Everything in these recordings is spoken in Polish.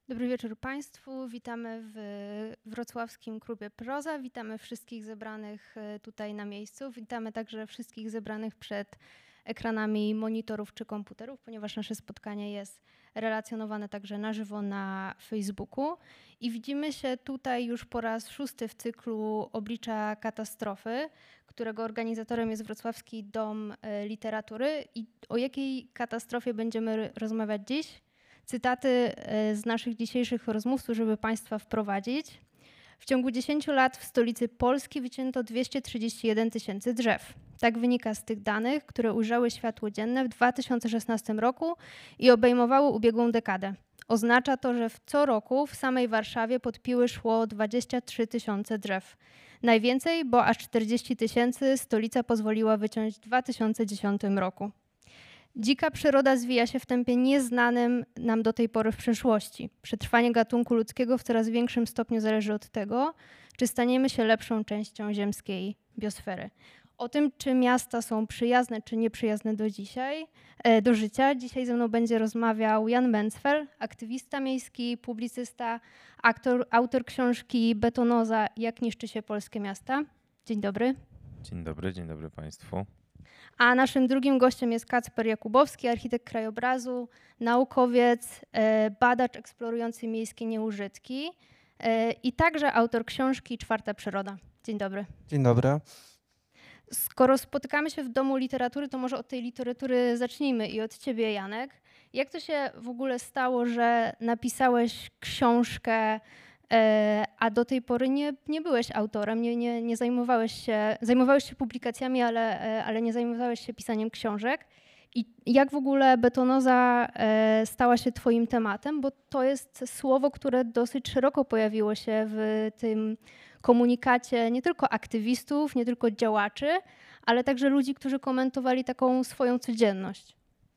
Dobry wieczór Państwu. Witamy w wrocławskim klubie Proza. Witamy wszystkich zebranych tutaj na miejscu. Witamy także wszystkich zebranych przed ekranami monitorów czy komputerów, ponieważ nasze spotkanie jest relacjonowane także na żywo na Facebooku. I widzimy się tutaj już po raz 6. w cyklu Oblicza katastrofy, którego organizatorem jest Wrocławski Dom Literatury. I o jakiej katastrofie będziemy rozmawiać dziś? Cytaty z naszych dzisiejszych rozmówców, żeby Państwa wprowadzić. W ciągu 10 lat w stolicy Polski wycięto 231 tysięcy drzew. Tak wynika z tych danych, które ujrzały światło dzienne w 2016 roku i obejmowały ubiegłą dekadę. Oznacza to, że co roku w samej Warszawie pod piły szło 23 tysiące drzew. Najwięcej, bo aż 40 tysięcy stolica pozwoliła wyciąć w 2010 roku. Dzika przyroda zwija się w tempie nieznanym nam do tej pory w przeszłości. Przetrwanie gatunku ludzkiego w coraz większym stopniu zależy od tego, czy staniemy się lepszą częścią ziemskiej biosfery. O tym, czy miasta są przyjazne, czy nieprzyjazne do życia, dzisiaj ze mną będzie rozmawiał Jan Mencfel, aktywista miejski, publicysta, autor książki Betonoza – Jak niszczy się polskie miasta. Dzień dobry. Dzień dobry Państwu. A naszym drugim gościem jest Kacper Jakubowski, architekt krajobrazu, naukowiec, badacz eksplorujący miejskie nieużytki i także autor książki Czwarta przyroda. Dzień dobry. Dzień dobry. Skoro spotykamy się w Domu Literatury, to może od tej literatury zacznijmy i od ciebie, Janek. Jak to się w ogóle stało, że napisałeś książkę, a do tej pory nie byłeś autorem, nie zajmowałeś się publikacjami, ale nie zajmowałeś się pisaniem książek. I jak w ogóle betonoza stała się twoim tematem? Bo to jest słowo, które dosyć szeroko pojawiło się w tym komunikacie nie tylko aktywistów, nie tylko działaczy, ale także ludzi, którzy komentowali taką swoją codzienność.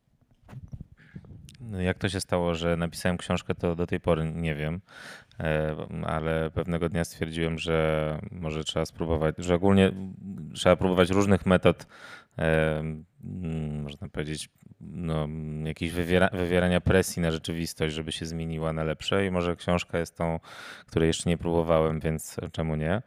No jak to się stało, że napisałem książkę, to do tej pory nie wiem, ale pewnego dnia stwierdziłem, że może trzeba spróbować, że ogólnie trzeba próbować różnych metod, można powiedzieć, no, jakiejś wywierania presji na rzeczywistość, żeby się zmieniła na lepsze i może książka jest tą, której jeszcze nie próbowałem, więc czemu nie?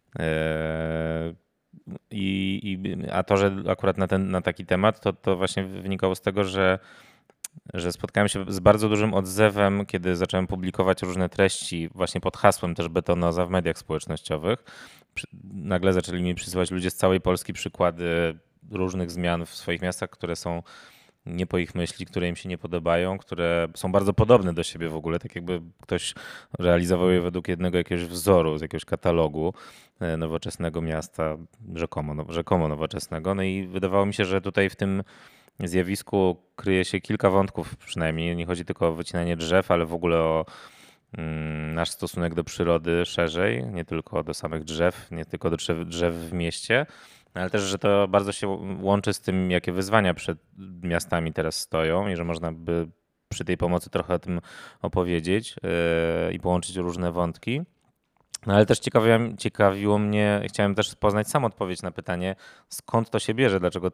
A to, że akurat na taki temat, to właśnie wynikało z tego, że spotkałem się z bardzo dużym odzewem, kiedy zacząłem publikować różne treści właśnie pod hasłem też Betonoza w mediach społecznościowych. Nagle zaczęli mi przysyłać ludzie z całej Polski przykłady różnych zmian w swoich miastach, które są nie po ich myśli, które im się nie podobają, które są bardzo podobne do siebie w ogóle, tak jakby ktoś realizował je według jednego jakiegoś wzoru, z jakiegoś katalogu nowoczesnego miasta, rzekomo nowoczesnego. No i wydawało mi się, że tutaj w tym zjawisku kryje się kilka wątków przynajmniej. Nie chodzi tylko o wycinanie drzew, ale w ogóle o nasz stosunek do przyrody szerzej, nie tylko do samych drzew, nie tylko do drzew w mieście, ale też, że to bardzo się łączy z tym, jakie wyzwania przed miastami teraz stoją i że można by przy tej pomocy trochę o tym opowiedzieć i połączyć różne wątki. No ale też ciekawiło mnie, chciałem też poznać sam odpowiedź na pytanie, skąd to się bierze, dlaczego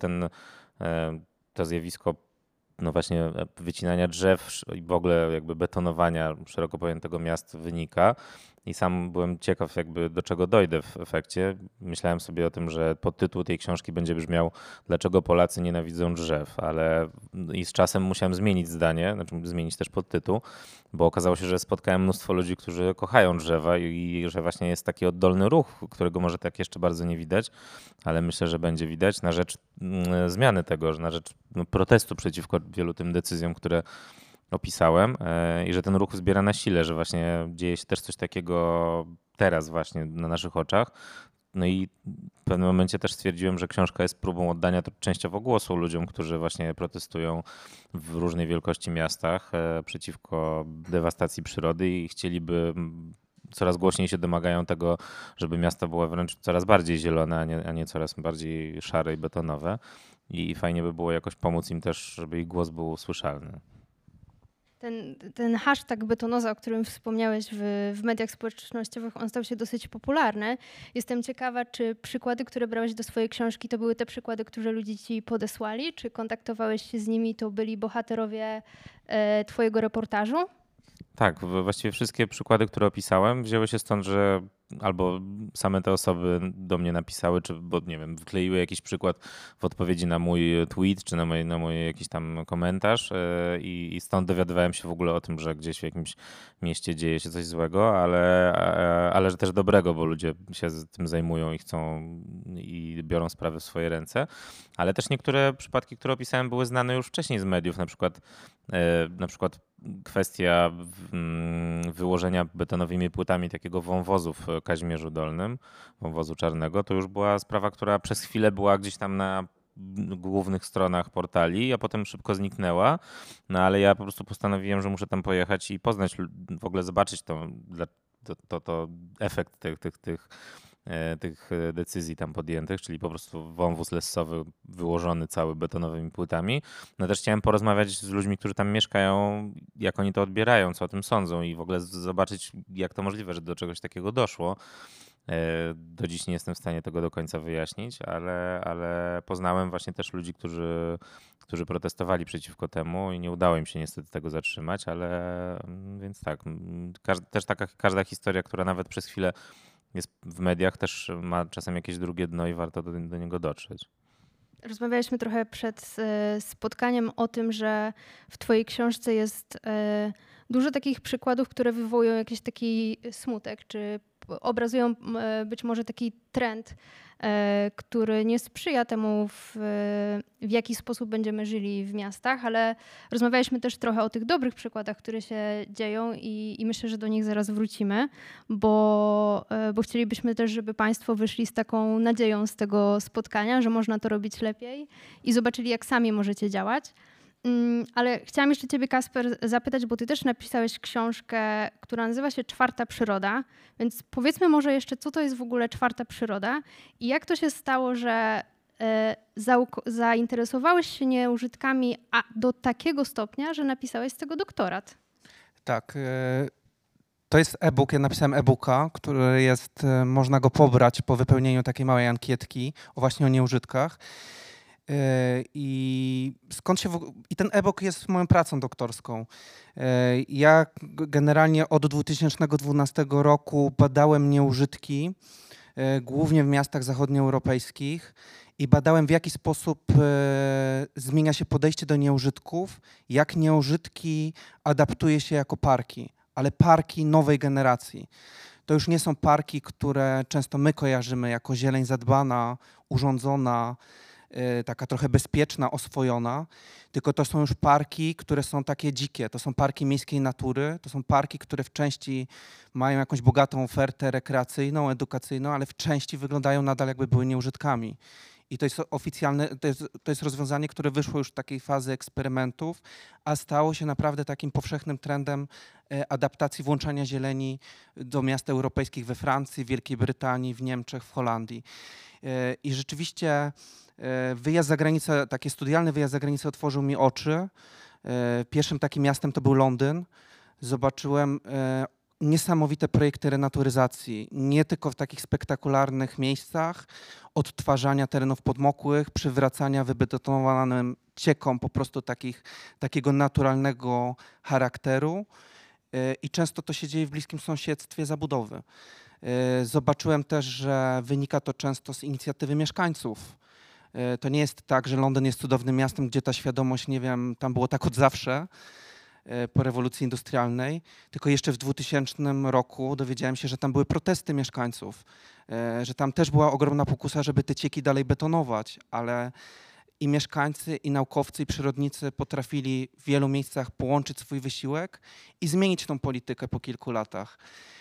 to zjawisko no właśnie wycinania drzew i w ogóle jakby betonowania szeroko pojętego miast wynika. I sam byłem ciekaw jakby do czego dojdę w efekcie. Myślałem sobie o tym, że podtytuł tej książki będzie brzmiał Dlaczego Polacy nienawidzą drzew, ale i z czasem musiałem zmienić zdanie, znaczy zmienić też podtytuł, bo okazało się, że spotkałem mnóstwo ludzi, którzy kochają drzewa i że właśnie jest taki oddolny ruch, którego może tak jeszcze bardzo nie widać, ale myślę, że będzie widać na rzecz zmiany tego, na rzecz protestu przeciwko wielu tym decyzjom, które opisałem i że ten ruch zbiera na sile, że właśnie dzieje się też coś takiego teraz właśnie na naszych oczach. No i w pewnym momencie też stwierdziłem, że książka jest próbą oddania częściowo głosu ludziom, którzy właśnie protestują w różnej wielkości miastach przeciwko dewastacji przyrody i chcieliby coraz głośniej się domagają tego, żeby miasta były wręcz coraz bardziej zielone, a nie coraz bardziej szare i betonowe. I fajnie by było jakoś pomóc im też, żeby ich głos był słyszalny. Ten hashtag betonoza, o którym wspomniałeś w mediach społecznościowych, on stał się dosyć popularny. Jestem ciekawa, czy przykłady, które brałeś do swojej książki, to były te przykłady, które ludzie ci podesłali? Czy kontaktowałeś się z nimi, to byli bohaterowie twojego reportażu? Tak, właściwie wszystkie przykłady, które opisałem, wzięły się stąd, że albo same te osoby do mnie napisały, czy bo nie wiem, wkleiły jakiś przykład w odpowiedzi na mój tweet, czy na mój jakiś tam komentarz i stąd dowiadywałem się w ogóle o tym, że gdzieś w jakimś mieście dzieje się coś złego, ale że też dobrego, bo ludzie się tym zajmują i chcą i biorą sprawy w swoje ręce. Ale też niektóre przypadki, które opisałem, były znane już wcześniej z mediów, na przykład kwestia wyłożenia betonowymi płytami takiego wąwozu w Kazimierzu Dolnym, wąwozu czarnego, to już była sprawa, która przez chwilę była gdzieś tam na głównych stronach portali, a potem szybko zniknęła. No ale ja po prostu postanowiłem, że muszę tam pojechać i poznać, w ogóle zobaczyć to efekt tych decyzji tam podjętych, czyli po prostu wąwóz lessowy wyłożony cały betonowymi płytami. No też chciałem porozmawiać z ludźmi, którzy tam mieszkają, jak oni to odbierają, co o tym sądzą i w ogóle zobaczyć, jak to możliwe, że do czegoś takiego doszło. Do dziś nie jestem w stanie tego do końca wyjaśnić, ale poznałem właśnie też ludzi, którzy protestowali przeciwko temu i nie udało im się niestety tego zatrzymać, więc tak, też każda historia, która nawet przez chwilę jest w mediach, też ma czasem jakieś drugie dno i warto do niego dotrzeć. Rozmawialiśmy trochę przed spotkaniem o tym, że w twojej książce jest dużo takich przykładów, które wywołują jakiś taki smutek, czy obrazują być może taki trend, który nie sprzyja temu, w jaki sposób będziemy żyli w miastach, ale rozmawialiśmy też trochę o tych dobrych przykładach, które się dzieją i myślę, że do nich zaraz wrócimy, bo chcielibyśmy też, żeby Państwo wyszli z taką nadzieją z tego spotkania, że można to robić lepiej i zobaczyli, jak sami możecie działać. Ale chciałam jeszcze ciebie, Kasper, zapytać, bo ty też napisałeś książkę, która nazywa się Czwarta Przyroda, więc powiedzmy może jeszcze, co to jest w ogóle czwarta przyroda i jak to się stało, że zainteresowałeś się nieużytkami do takiego stopnia, że napisałeś z tego doktorat. Tak, to jest e-book, ja napisałem e-booka, który można go pobrać po wypełnieniu takiej małej ankietki właśnie o nieużytkach. I ten e-book jest moją pracą doktorską. Ja generalnie od 2012 roku badałem nieużytki, głównie w miastach zachodnioeuropejskich i badałem, w jaki sposób zmienia się podejście do nieużytków, jak nieużytki adaptuje się jako parki, ale parki nowej generacji. To już nie są parki, które często my kojarzymy jako zieleń zadbana, urządzona, taka trochę bezpieczna, oswojona, tylko to są już parki, które są takie dzikie. To są parki miejskiej natury, to są parki, które w części mają jakąś bogatą ofertę rekreacyjną, edukacyjną, ale w części wyglądają nadal, jakby były nieużytkami. I to jest oficjalne, to jest rozwiązanie, które wyszło już z takiej fazy eksperymentów, a stało się naprawdę takim powszechnym trendem adaptacji, włączania zieleni do miast europejskich we Francji, w Wielkiej Brytanii, w Niemczech, w Holandii. I rzeczywiście wyjazd za granicę, taki studialny wyjazd za granicę otworzył mi oczy. Pierwszym takim miastem to był Londyn. Zobaczyłem niesamowite projekty renaturyzacji, nie tylko w takich spektakularnych miejscach, odtwarzania terenów podmokłych, przywracania wybetonowanym ciekom po prostu takiego naturalnego charakteru i często to się dzieje w bliskim sąsiedztwie zabudowy. Zobaczyłem też, że wynika to często z inicjatywy mieszkańców. To nie jest tak, że Londyn jest cudownym miastem, gdzie ta świadomość, nie wiem, tam było tak od zawsze, po rewolucji industrialnej, tylko jeszcze w 2000 roku dowiedziałem się, że tam były protesty mieszkańców, że tam też była ogromna pokusa, żeby te cieki dalej betonować, ale i mieszkańcy, i naukowcy, i przyrodnicy potrafili w wielu miejscach połączyć swój wysiłek i zmienić tą politykę po kilku latach.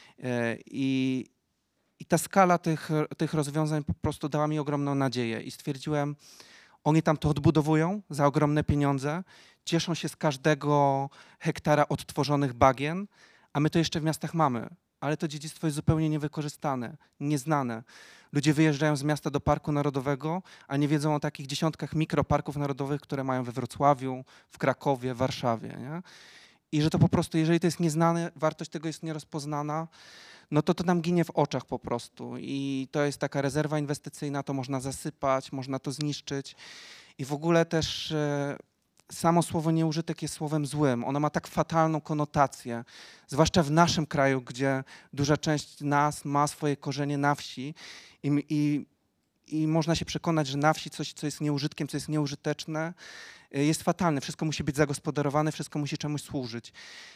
I ta skala tych rozwiązań po prostu dała mi ogromną nadzieję i stwierdziłem, oni tam to odbudowują za ogromne pieniądze, cieszą się z każdego hektara odtworzonych bagien, a my to jeszcze w miastach mamy, ale to dziedzictwo jest zupełnie niewykorzystane, nieznane. Ludzie wyjeżdżają z miasta do Parku Narodowego, a nie wiedzą o takich dziesiątkach mikroparków narodowych, które mają we Wrocławiu, w Krakowie, w Warszawie. Nie? I że to po prostu, jeżeli to jest nieznane, wartość tego jest nierozpoznana, no to nam ginie w oczach po prostu. I to jest taka rezerwa inwestycyjna, to można zasypać, można to zniszczyć. I w ogóle też samo słowo nieużytek jest słowem złym. Ono ma tak fatalną konotację, zwłaszcza w naszym kraju, gdzie duża część nas ma swoje korzenie na wsi i można się przekonać, że na wsi coś, co jest nieużytkiem, co jest nieużyteczne, jest fatalne. Wszystko musi być zagospodarowane, wszystko musi czemuś służyć.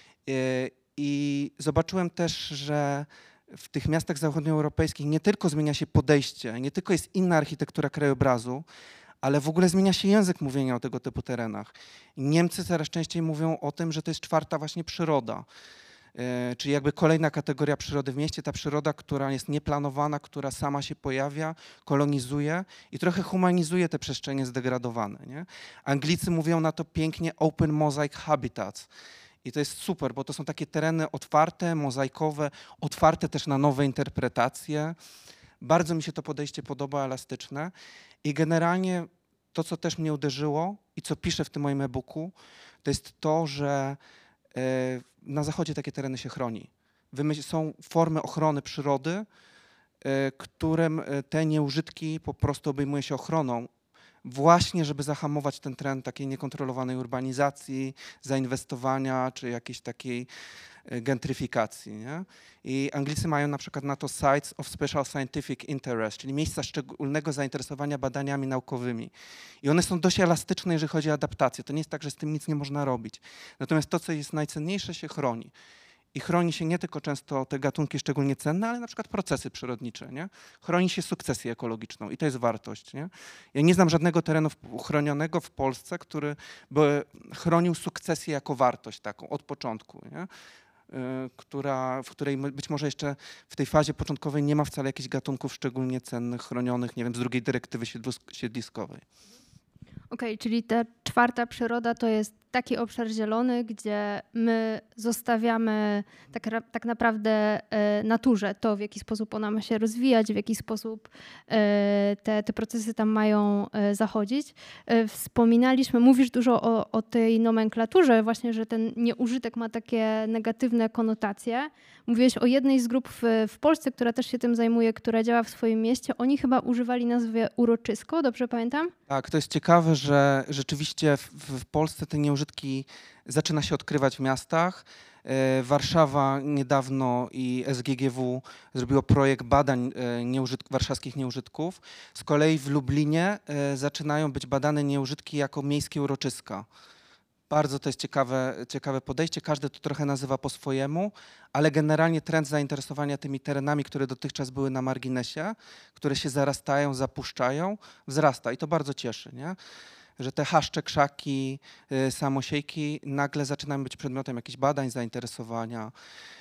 I zobaczyłem też, że w tych miastach zachodnioeuropejskich nie tylko zmienia się podejście, nie tylko jest inna architektura krajobrazu, ale w ogóle zmienia się język mówienia o tego typu terenach. Niemcy coraz częściej mówią o tym, że to jest czwarta właśnie przyroda, czyli jakby kolejna kategoria przyrody w mieście, ta przyroda, która jest nieplanowana, która sama się pojawia, kolonizuje i trochę humanizuje te przestrzenie zdegradowane. Nie? Anglicy mówią na to pięknie open mosaic habitats. I to jest super, bo to są takie tereny otwarte, mozaikowe, otwarte też na nowe interpretacje. Bardzo mi się to podejście podoba, elastyczne. I generalnie to, co też mnie uderzyło i co piszę w tym moim e-booku, to jest to, że na zachodzie takie tereny się chroni. Są formy ochrony przyrody, którym te nieużytki po prostu obejmuje się ochroną. Właśnie, żeby zahamować ten trend takiej niekontrolowanej urbanizacji, zainwestowania czy jakiejś takiej gentryfikacji. Nie? I Anglicy mają na przykład na to Sites of Special Scientific Interest, czyli miejsca szczególnego zainteresowania badaniami naukowymi. I one są dość elastyczne, jeżeli chodzi o adaptację. To nie jest tak, że z tym nic nie można robić. Natomiast to, co jest najcenniejsze, się chroni. I chroni się nie tylko często te gatunki szczególnie cenne, ale na przykład procesy przyrodnicze. Nie? Chroni się sukcesję ekologiczną i to jest wartość. Nie? Ja nie znam żadnego terenu chronionego w Polsce, który by chronił sukcesję jako wartość taką od początku. Nie? W której być może jeszcze w tej fazie początkowej nie ma wcale jakichś gatunków szczególnie cennych, chronionych, nie wiem, z drugiej dyrektywy siedliskowej. Okej, czyli ta czwarta przyroda to jest taki obszar zielony, gdzie my zostawiamy tak naprawdę naturze to, w jaki sposób ona ma się rozwijać, w jaki sposób te procesy tam mają zachodzić. Wspominaliśmy, mówisz dużo o tej nomenklaturze, właśnie, że ten nieużytek ma takie negatywne konotacje. Mówiłeś o jednej z grup w Polsce, która też się tym zajmuje, która działa w swoim mieście. Oni chyba używali nazwy uroczysko, dobrze pamiętam? Tak, to jest ciekawe, że rzeczywiście w Polsce te nieużytki zaczyna się odkrywać w miastach. Warszawa niedawno i SGGW zrobiło projekt badań warszawskich nieużytków. Z kolei w Lublinie zaczynają być badane nieużytki jako miejskie uroczyska. Bardzo to jest ciekawe podejście. Każdy to trochę nazywa po swojemu, ale generalnie trend zainteresowania tymi terenami, które dotychczas były na marginesie, które się zarastają, zapuszczają, wzrasta i to bardzo cieszy, nie? Że te chaszcze, krzaki, samosiejki nagle zaczynają być przedmiotem jakichś badań, zainteresowania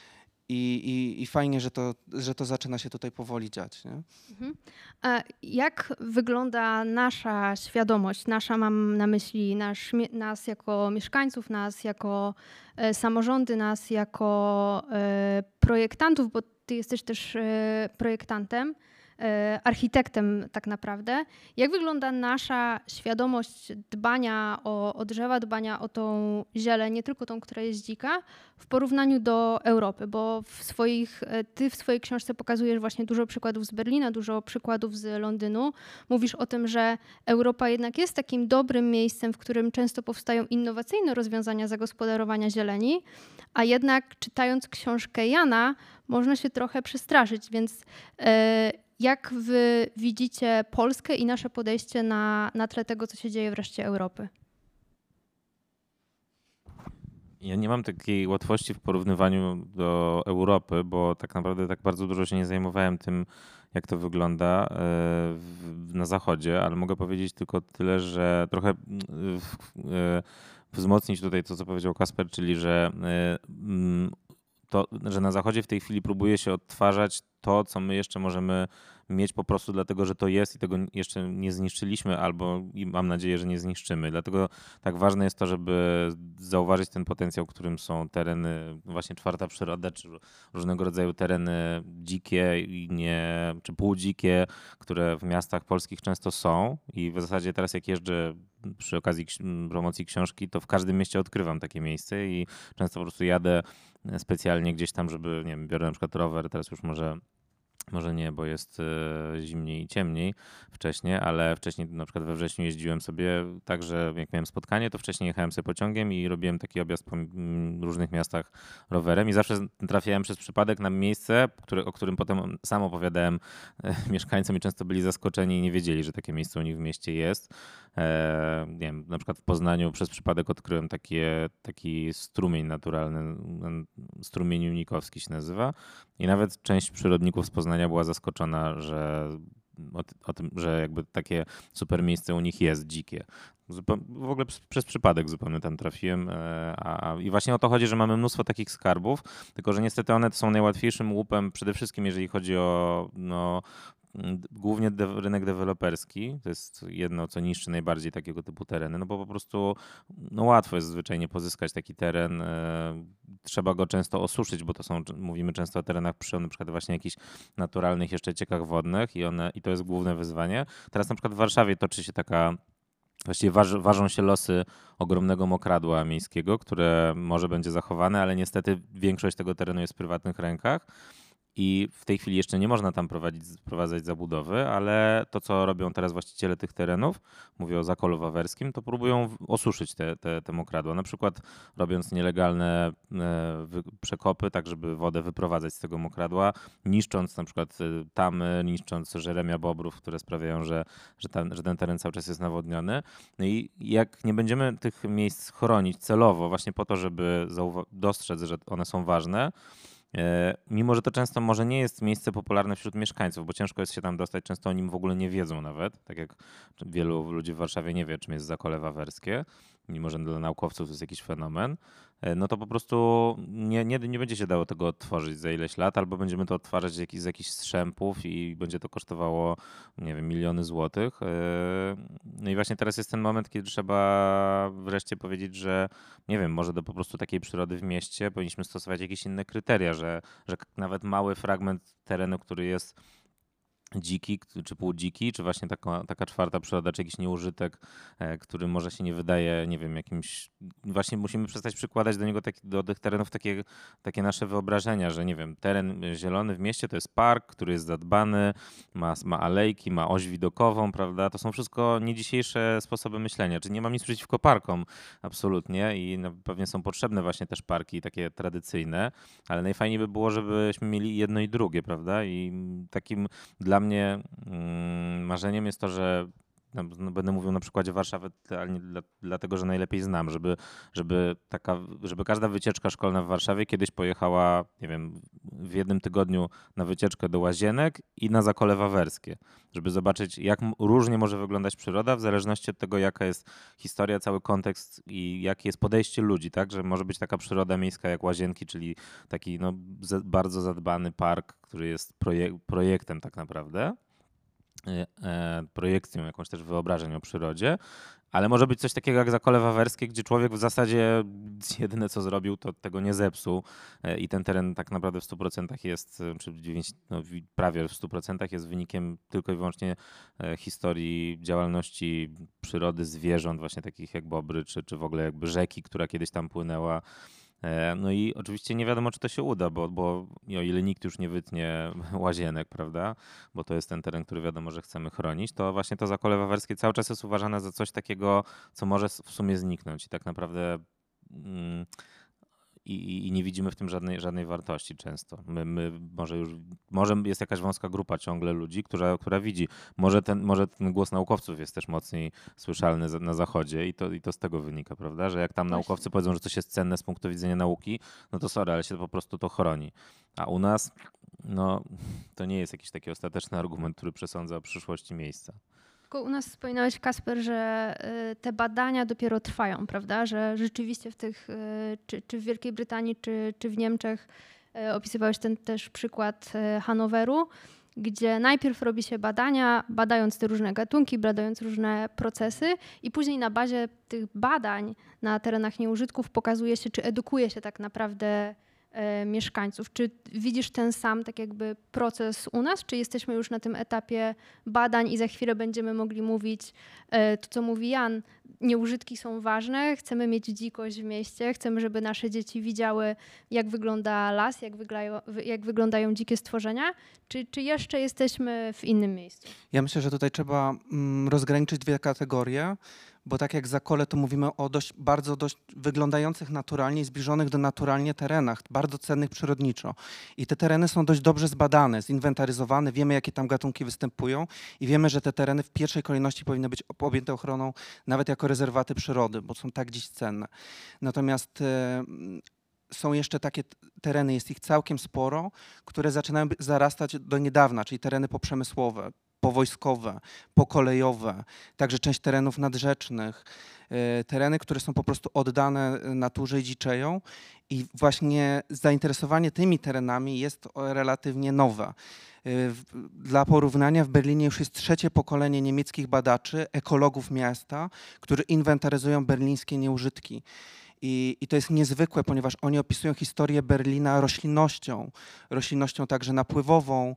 i fajnie, że to zaczyna się tutaj powoli dziać. Nie? A jak wygląda nasza świadomość, mam na myśli nas jako mieszkańców, nas jako samorządy, nas jako projektantów, bo ty jesteś też projektantem, architektem tak naprawdę. Jak wygląda nasza świadomość dbania o drzewa, dbania o tą zieleń, nie tylko tą, która jest dzika, w porównaniu do Europy? Bo ty w swojej książce pokazujesz właśnie dużo przykładów z Berlina, dużo przykładów z Londynu. Mówisz o tym, że Europa jednak jest takim dobrym miejscem, w którym często powstają innowacyjne rozwiązania zagospodarowania zieleni, a jednak czytając książkę Jana można się trochę przestraszyć, więc jak wy widzicie Polskę i nasze podejście na tle tego, co się dzieje w reszcie Europy? Ja nie mam takiej łatwości w porównywaniu do Europy, bo tak naprawdę tak bardzo dużo się nie zajmowałem tym, jak to wygląda na zachodzie, ale mogę powiedzieć tylko tyle, że trochę wzmocnić tutaj to, co powiedział Kasper, czyli że na zachodzie w tej chwili próbuje się odtwarzać to, co my jeszcze możemy mieć po prostu dlatego, że to jest i tego jeszcze nie zniszczyliśmy albo i mam nadzieję, że nie zniszczymy. Dlatego tak ważne jest to, żeby zauważyć ten potencjał, którym są tereny, właśnie czwarta przyroda, czy różnego rodzaju tereny dzikie czy półdzikie, które w miastach polskich często są i w zasadzie teraz jak jeżdżę przy okazji promocji książki, to w każdym mieście odkrywam takie miejsce i często po prostu jadę specjalnie gdzieś tam, żeby, nie wiem, biorę na przykład rower, teraz już może Może nie, bo jest zimniej i ciemniej wcześniej, ale wcześniej na przykład we wrześniu jeździłem sobie tak, że jak miałem spotkanie, to wcześniej jechałem sobie pociągiem i robiłem taki objazd po różnych miastach rowerem i zawsze trafiałem przez przypadek na miejsce, o którym potem sam opowiadałem mieszkańcom i często byli zaskoczeni i nie wiedzieli, że takie miejsce u nich w mieście jest. Nie wiem, na przykład w Poznaniu przez przypadek odkryłem taki strumień naturalny, strumień Junikowski się nazywa i nawet część przyrodników z Poznania była zaskoczona, że o tym, że jakby takie super miejsce u nich jest dzikie. W ogóle przez przypadek zupełnie tam trafiłem. I właśnie o to chodzi, że mamy mnóstwo takich skarbów, tylko że niestety one są najłatwiejszym łupem, przede wszystkim jeżeli chodzi o głównie rynek deweloperski. To jest jedno, co niszczy najbardziej takiego typu tereny, no bo po prostu łatwo jest zwyczajnie pozyskać taki teren. Trzeba go często osuszyć, bo mówimy często o terenach przy na przykład właśnie jakichś naturalnych jeszcze ciekach wodnych i to jest główne wyzwanie. Teraz na przykład w Warszawie toczy się właściwie ważą się losy ogromnego mokradła miejskiego, które może będzie zachowane, ale niestety większość tego terenu jest w prywatnych rękach. I w tej chwili jeszcze nie można tam wprowadzać zabudowy, ale to, co robią teraz właściciele tych terenów, mówię o Zakolu Wawerskim, to próbują osuszyć te mokradła. Na przykład robiąc nielegalne przekopy, tak żeby wodę wyprowadzać z tego mokradła, niszcząc na przykład tamy, niszcząc żeremia bobrów, które sprawiają, że ten teren cały czas jest nawodniony. No i jak nie będziemy tych miejsc chronić celowo, właśnie po to, żeby dostrzec, że one są ważne, mimo że to często może nie jest miejsce popularne wśród mieszkańców, bo ciężko jest się tam dostać, często o nim w ogóle nie wiedzą nawet, tak jak wielu ludzi w Warszawie nie wie, czym jest Zakole Wawerskie, mimo że dla naukowców to jest jakiś fenomen, no to po prostu nie będzie się dało tego odtworzyć za ileś lat, albo będziemy to odtwarzać z jakichś strzępów i będzie to kosztowało, nie wiem, miliony złotych. No i właśnie teraz jest ten moment, kiedy trzeba wreszcie powiedzieć, że nie wiem, może do po prostu takiej przyrody w mieście powinniśmy stosować jakieś inne kryteria, że nawet mały fragment terenu, który jest dziki, czy półdziki, czy właśnie taka czwarta przyroda, czy jakiś nieużytek, który może się nie wydaje, nie wiem, jakimś... Właśnie musimy przestać przykładać do tych terenów takie nasze wyobrażenia, że nie wiem, teren zielony w mieście to jest park, który jest zadbany, ma alejki, ma oś widokową, prawda? To są wszystko nie dzisiejsze sposoby myślenia. Czyli nie mam nic przeciwko parkom, absolutnie i pewnie są potrzebne właśnie też parki takie tradycyjne, ale najfajniej by było, żebyśmy mieli jedno i drugie, prawda? I takim dla mnie marzeniem jest to, że będę mówił na przykładzie Warszawy, ale nie dlatego, że najlepiej znam, żeby każda wycieczka szkolna w Warszawie kiedyś pojechała, nie wiem, w jednym tygodniu na wycieczkę do Łazienek i na Zakole Wawerskie, żeby zobaczyć, jak różnie może wyglądać przyroda w zależności od tego, jaka jest historia, cały kontekst i jakie jest podejście ludzi, tak, że może być taka przyroda miejska jak Łazienki, czyli taki bardzo zadbany park, który jest projektem tak naprawdę, projekcją jakąś też wyobrażeń o przyrodzie, ale może być coś takiego jak Zakole Wawerskie, gdzie człowiek w zasadzie jedyne co zrobił, to tego nie zepsuł i ten teren tak naprawdę w 100% jest, czy prawie w 100% jest wynikiem tylko i wyłącznie historii działalności przyrody, zwierząt, właśnie takich jak bobry, czy w ogóle jakby rzeki, która kiedyś tam płynęła. No i oczywiście nie wiadomo, czy to się uda, bo o ile nikt już nie wytnie Łazienek, prawda, bo to jest ten teren, który wiadomo, że chcemy chronić, to właśnie to Zakole Wawerskie cały czas jest uważane za coś takiego, co może w sumie zniknąć i tak naprawdę i nie widzimy w tym żadnej wartości często. Może jest jakaś wąska grupa ciągle ludzi, która widzi. Może ten głos naukowców jest też mocniej słyszalny na zachodzie i to z tego wynika, prawda? Że jak tam naukowcy powiedzą, że coś jest cenne z punktu widzenia nauki, no to sorry, ale się po prostu to chroni. A u nas, no, to nie jest jakiś taki ostateczny argument, który przesądza o przyszłości miejsca. Tylko u nas wspominałeś, Kasper, że te badania dopiero trwają, prawda? Że rzeczywiście czy w Wielkiej Brytanii, czy w Niemczech opisywałeś ten też przykład Hanoweru, gdzie najpierw robi się badania, badając te różne gatunki, badając różne procesy i później na bazie tych badań na terenach nieużytków pokazuje się, czy edukuje się tak naprawdę mieszkańców. Czy widzisz ten sam tak jakby proces u nas, czy jesteśmy już na tym etapie badań i za chwilę będziemy mogli mówić to, co mówi Jan, nieużytki są ważne, chcemy mieć dzikość w mieście, chcemy, żeby nasze dzieci widziały, jak wygląda las, jak wyglądają dzikie stworzenia, czy jeszcze jesteśmy w innym miejscu? Ja myślę, że tutaj trzeba rozgraniczyć dwie kategorie, bo tak jak za Kole, to mówimy o bardzo wyglądających naturalnie i zbliżonych do naturalnie terenach, bardzo cennych przyrodniczo. I te tereny są dość dobrze zbadane, zinwentaryzowane, wiemy, jakie tam gatunki występują i wiemy, że te tereny w pierwszej kolejności powinny być objęte ochroną nawet jako rezerwaty przyrody, bo są tak dziś cenne. Natomiast są jeszcze takie tereny, jest ich całkiem sporo, które zaczynają zarastać do niedawna, czyli tereny poprzemysłowe, powojskowe, pokolejowe, także część terenów nadrzecznych, tereny, które są po prostu oddane naturze i dziczeją i właśnie zainteresowanie tymi terenami jest relatywnie nowe. Dla porównania w Berlinie już jest trzecie pokolenie niemieckich badaczy, ekologów miasta, którzy inwentaryzują berlińskie nieużytki. I to jest niezwykłe, ponieważ oni opisują historię Berlina roślinnością także napływową,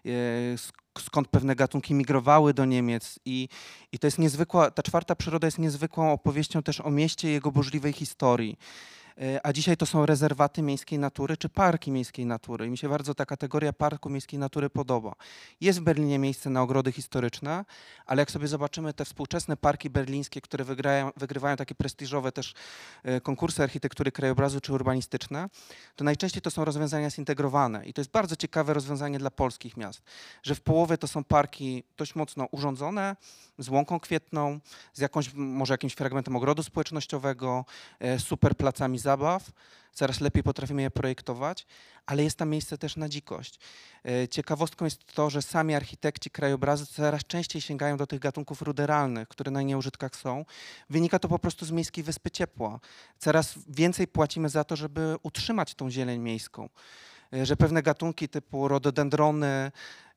skąd pewne gatunki migrowały do Niemiec i to jest niezwykła, ta czwarta przyroda jest niezwykłą opowieścią też o mieście i jego burzliwej historii. A dzisiaj to są rezerwaty miejskiej natury czy parki miejskiej natury. I mi się bardzo ta kategoria parku miejskiej natury podoba. Jest w Berlinie miejsce na ogrody historyczne, ale jak sobie zobaczymy te współczesne parki berlińskie, które wygrywają takie prestiżowe też konkursy architektury krajobrazu czy urbanistyczne, to najczęściej to są rozwiązania zintegrowane. I to jest bardzo ciekawe rozwiązanie dla polskich miast, że w połowie to są parki dość mocno urządzone, z łąką kwietną, z może jakimś fragmentem ogrodu społecznościowego, super placami zabaw, coraz lepiej potrafimy je projektować, ale jest tam miejsce też na dzikość. Ciekawostką jest to, że sami architekci krajobrazu coraz częściej sięgają do tych gatunków ruderalnych, które na nieużytkach są. Wynika to po prostu z miejskiej wyspy ciepła. Coraz więcej płacimy za to, żeby utrzymać tą zieleń miejską. Że pewne gatunki typu rododendrony,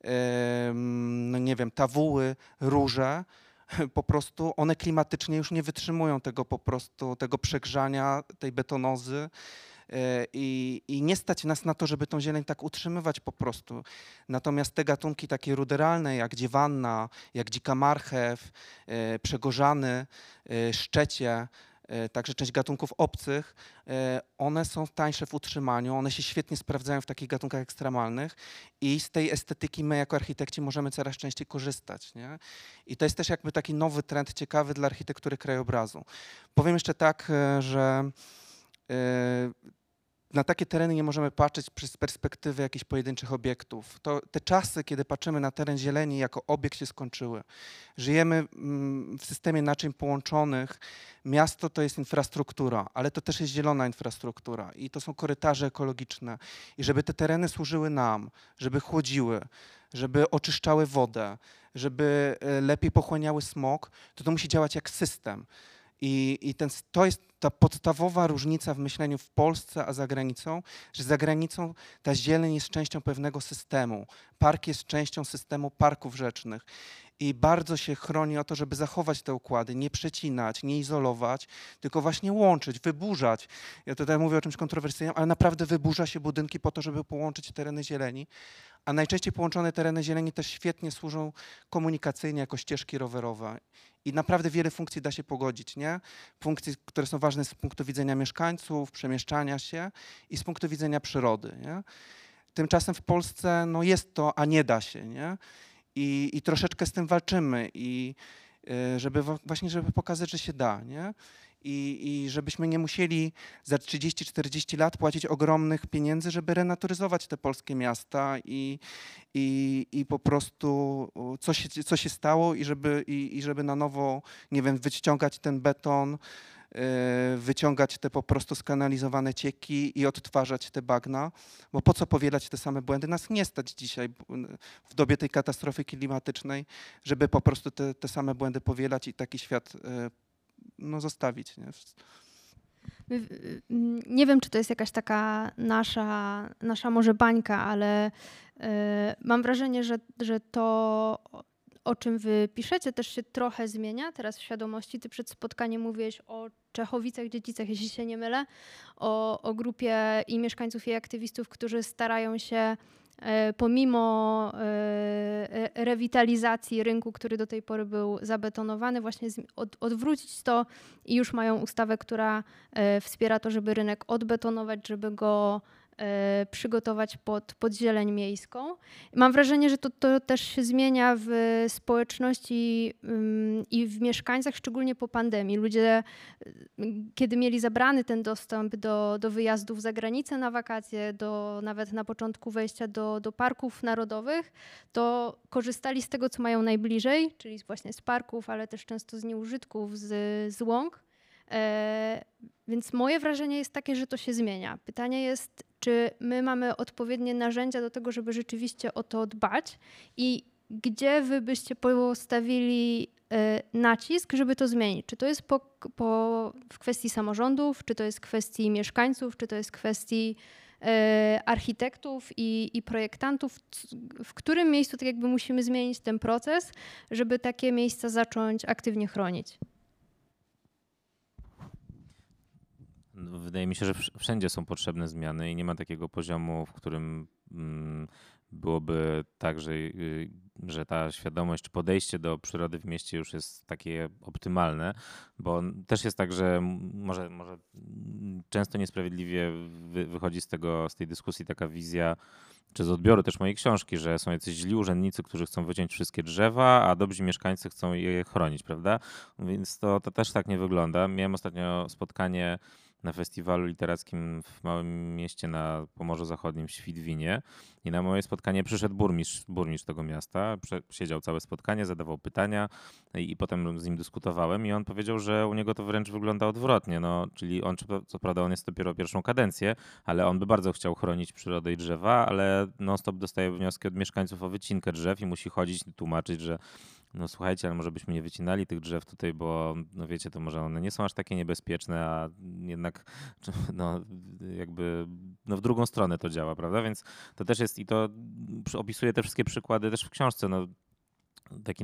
no nie wiem, tawuły, róże, po prostu one klimatycznie już nie wytrzymują tego przegrzania, tej betonozy i nie stać nas na to, żeby tą zieleń tak utrzymywać po prostu. Natomiast te gatunki takie ruderalne jak dziewanna, jak dzika marchew, przegorzany, szczecie, także część gatunków obcych, one są tańsze w utrzymaniu, one się świetnie sprawdzają w takich gatunkach ekstremalnych i z tej estetyki my jako architekci możemy coraz częściej korzystać. Nie? I to jest też jakby taki nowy trend ciekawy dla architektury krajobrazu. Powiem jeszcze tak, że na takie tereny nie możemy patrzeć z perspektywy jakichś pojedynczych obiektów. Te czasy, kiedy patrzymy na teren zieleni jako obiekt, się skończyły. Żyjemy w systemie naczyń połączonych. Miasto to jest infrastruktura, ale to też jest zielona infrastruktura i to są korytarze ekologiczne. I żeby te tereny służyły nam, żeby chłodziły, żeby oczyszczały wodę, żeby lepiej pochłaniały smog, to musi działać jak system. To jest ta podstawowa różnica w myśleniu w Polsce, a za granicą, że za granicą ta zieleń jest częścią pewnego systemu. Park jest częścią systemu parków rzecznych i bardzo się chroni o to, żeby zachować te układy, nie przecinać, nie izolować, tylko właśnie łączyć, wyburzać. Ja tutaj mówię o czymś kontrowersyjnym, ale naprawdę wyburza się budynki po to, żeby połączyć tereny zieleni, a najczęściej połączone tereny zieleni też świetnie służą komunikacyjnie jako ścieżki rowerowe. I naprawdę wiele funkcji da się pogodzić, nie? Funkcje, które są ważne z punktu widzenia mieszkańców, przemieszczania się i z punktu widzenia przyrody, nie? Tymczasem w Polsce no jest to, a nie da się, nie? I troszeczkę z tym walczymy i żeby pokazać, że się da, nie? I żebyśmy nie musieli za 30-40 lat płacić ogromnych pieniędzy, żeby renaturyzować te polskie miasta i po prostu co się stało i żeby na nowo, nie wiem, wyciągać ten beton, wyciągać te po prostu skanalizowane cieki i odtwarzać te bagna, bo po co powielać te same błędy? Nas nie stać dzisiaj w dobie tej katastrofy klimatycznej, żeby po prostu te same błędy powielać i taki świat no, zostawić. Nie? Nie wiem, czy to jest jakaś taka nasza może bańka, ale mam wrażenie, że to o czym wy piszecie, też się trochę zmienia teraz w świadomości. Ty przed spotkaniem mówiłeś o Czechowicach-Dziedzicach, jeśli się nie mylę, o grupie i mieszkańców i aktywistów, którzy starają się pomimo rewitalizacji rynku, który do tej pory był zabetonowany, właśnie odwrócić to i już mają ustawę, która wspiera to, żeby rynek odbetonować, żeby go przygotować pod zieleń miejską. Mam wrażenie, że to też się zmienia w społeczności i w mieszkańcach, szczególnie po pandemii. Ludzie, kiedy mieli zabrany ten dostęp do wyjazdów za granicę na wakacje, nawet na początku wejścia do parków narodowych, to korzystali z tego, co mają najbliżej, czyli właśnie z parków, ale też często z nieużytków, z łąk. Więc moje wrażenie jest takie, że to się zmienia. Pytanie jest, czy my mamy odpowiednie narzędzia do tego, żeby rzeczywiście o to dbać i gdzie wy byście postawili nacisk, żeby to zmienić? Czy to jest w kwestii samorządów, czy to jest w kwestii mieszkańców, czy to jest w kwestii architektów i projektantów? W którym miejscu tak jakby musimy zmienić ten proces, żeby takie miejsca zacząć aktywnie chronić? Wydaje mi się, że wszędzie są potrzebne zmiany i nie ma takiego poziomu, w którym byłoby tak, że ta świadomość czy podejście do przyrody w mieście już jest takie optymalne, bo też jest tak, że może często niesprawiedliwie wychodzi z tej dyskusji taka wizja, czy z odbioru też mojej książki, że są jacyś źli urzędnicy, którzy chcą wyciąć wszystkie drzewa, a dobrzy mieszkańcy chcą je chronić, prawda? Więc to też tak nie wygląda. Miałem ostatnio spotkanie na festiwalu literackim w małym mieście na Pomorzu Zachodnim w Świdwinie i na moje spotkanie przyszedł burmistrz tego miasta, siedział całe spotkanie, zadawał pytania i potem z nim dyskutowałem i on powiedział, że u niego to wręcz wygląda odwrotnie, no, czyli co prawda on jest dopiero pierwszą kadencję, ale on by bardzo chciał chronić przyrodę i drzewa, ale non-stop dostaje wnioski od mieszkańców o wycinkę drzew i musi chodzić i tłumaczyć, że no słuchajcie, ale może byśmy nie wycinali tych drzew tutaj, bo no wiecie, to może one nie są aż takie niebezpieczne, a jednak no jakby no w drugą stronę to działa, prawda? Więc to też jest i to opisuje te wszystkie przykłady też w książce, no taki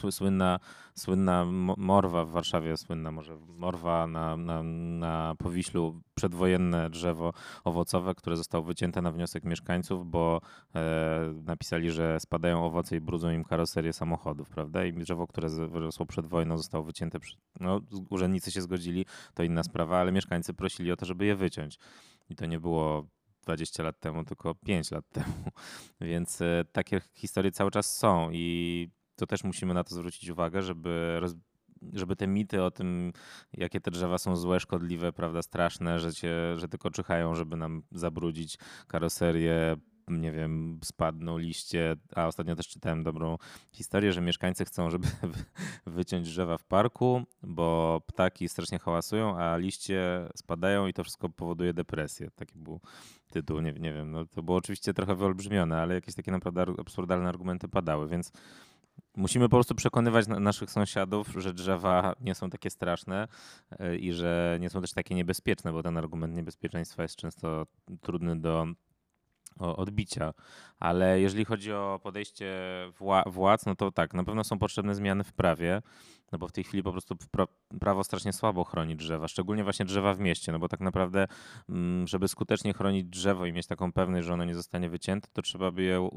słynna Morwa w Warszawie, słynna może Morwa na Powiślu, przedwojenne drzewo owocowe, które zostało wycięte na wniosek mieszkańców, bo napisali, że spadają owoce i brudzą im karoserię samochodów, prawda? I drzewo, które wyrosło przed wojną, zostało wycięte. No, urzędnicy się zgodzili, to inna sprawa, ale mieszkańcy prosili o to, żeby je wyciąć. I to nie było 20 lat temu, tylko 5 lat temu. Więc takie historie cały czas są i to też musimy na to zwrócić uwagę, żeby te mity o tym, jakie te drzewa są złe, szkodliwe, prawda, straszne, że tylko czyhają, żeby nam zabrudzić karoserię, nie wiem, spadną liście, a ostatnio też czytałem dobrą historię, że mieszkańcy chcą, żeby wyciąć drzewa w parku, bo ptaki strasznie hałasują, a liście spadają i to wszystko powoduje depresję. Taki był tytuł, nie wiem, no to było oczywiście trochę wyolbrzymione, ale jakieś takie naprawdę absurdalne argumenty padały, więc musimy po prostu przekonywać naszych sąsiadów, że drzewa nie są takie straszne i że nie są też takie niebezpieczne, bo ten argument niebezpieczeństwa jest często trudny do odbicia. Ale jeżeli chodzi o podejście władz, no to tak, na pewno są potrzebne zmiany w prawie, no bo w tej chwili po prostu prawo strasznie słabo chroni drzewa, szczególnie właśnie drzewa w mieście, no bo tak naprawdę, żeby skutecznie chronić drzewo i mieć taką pewność, że ono nie zostanie wycięte, to trzeba by je,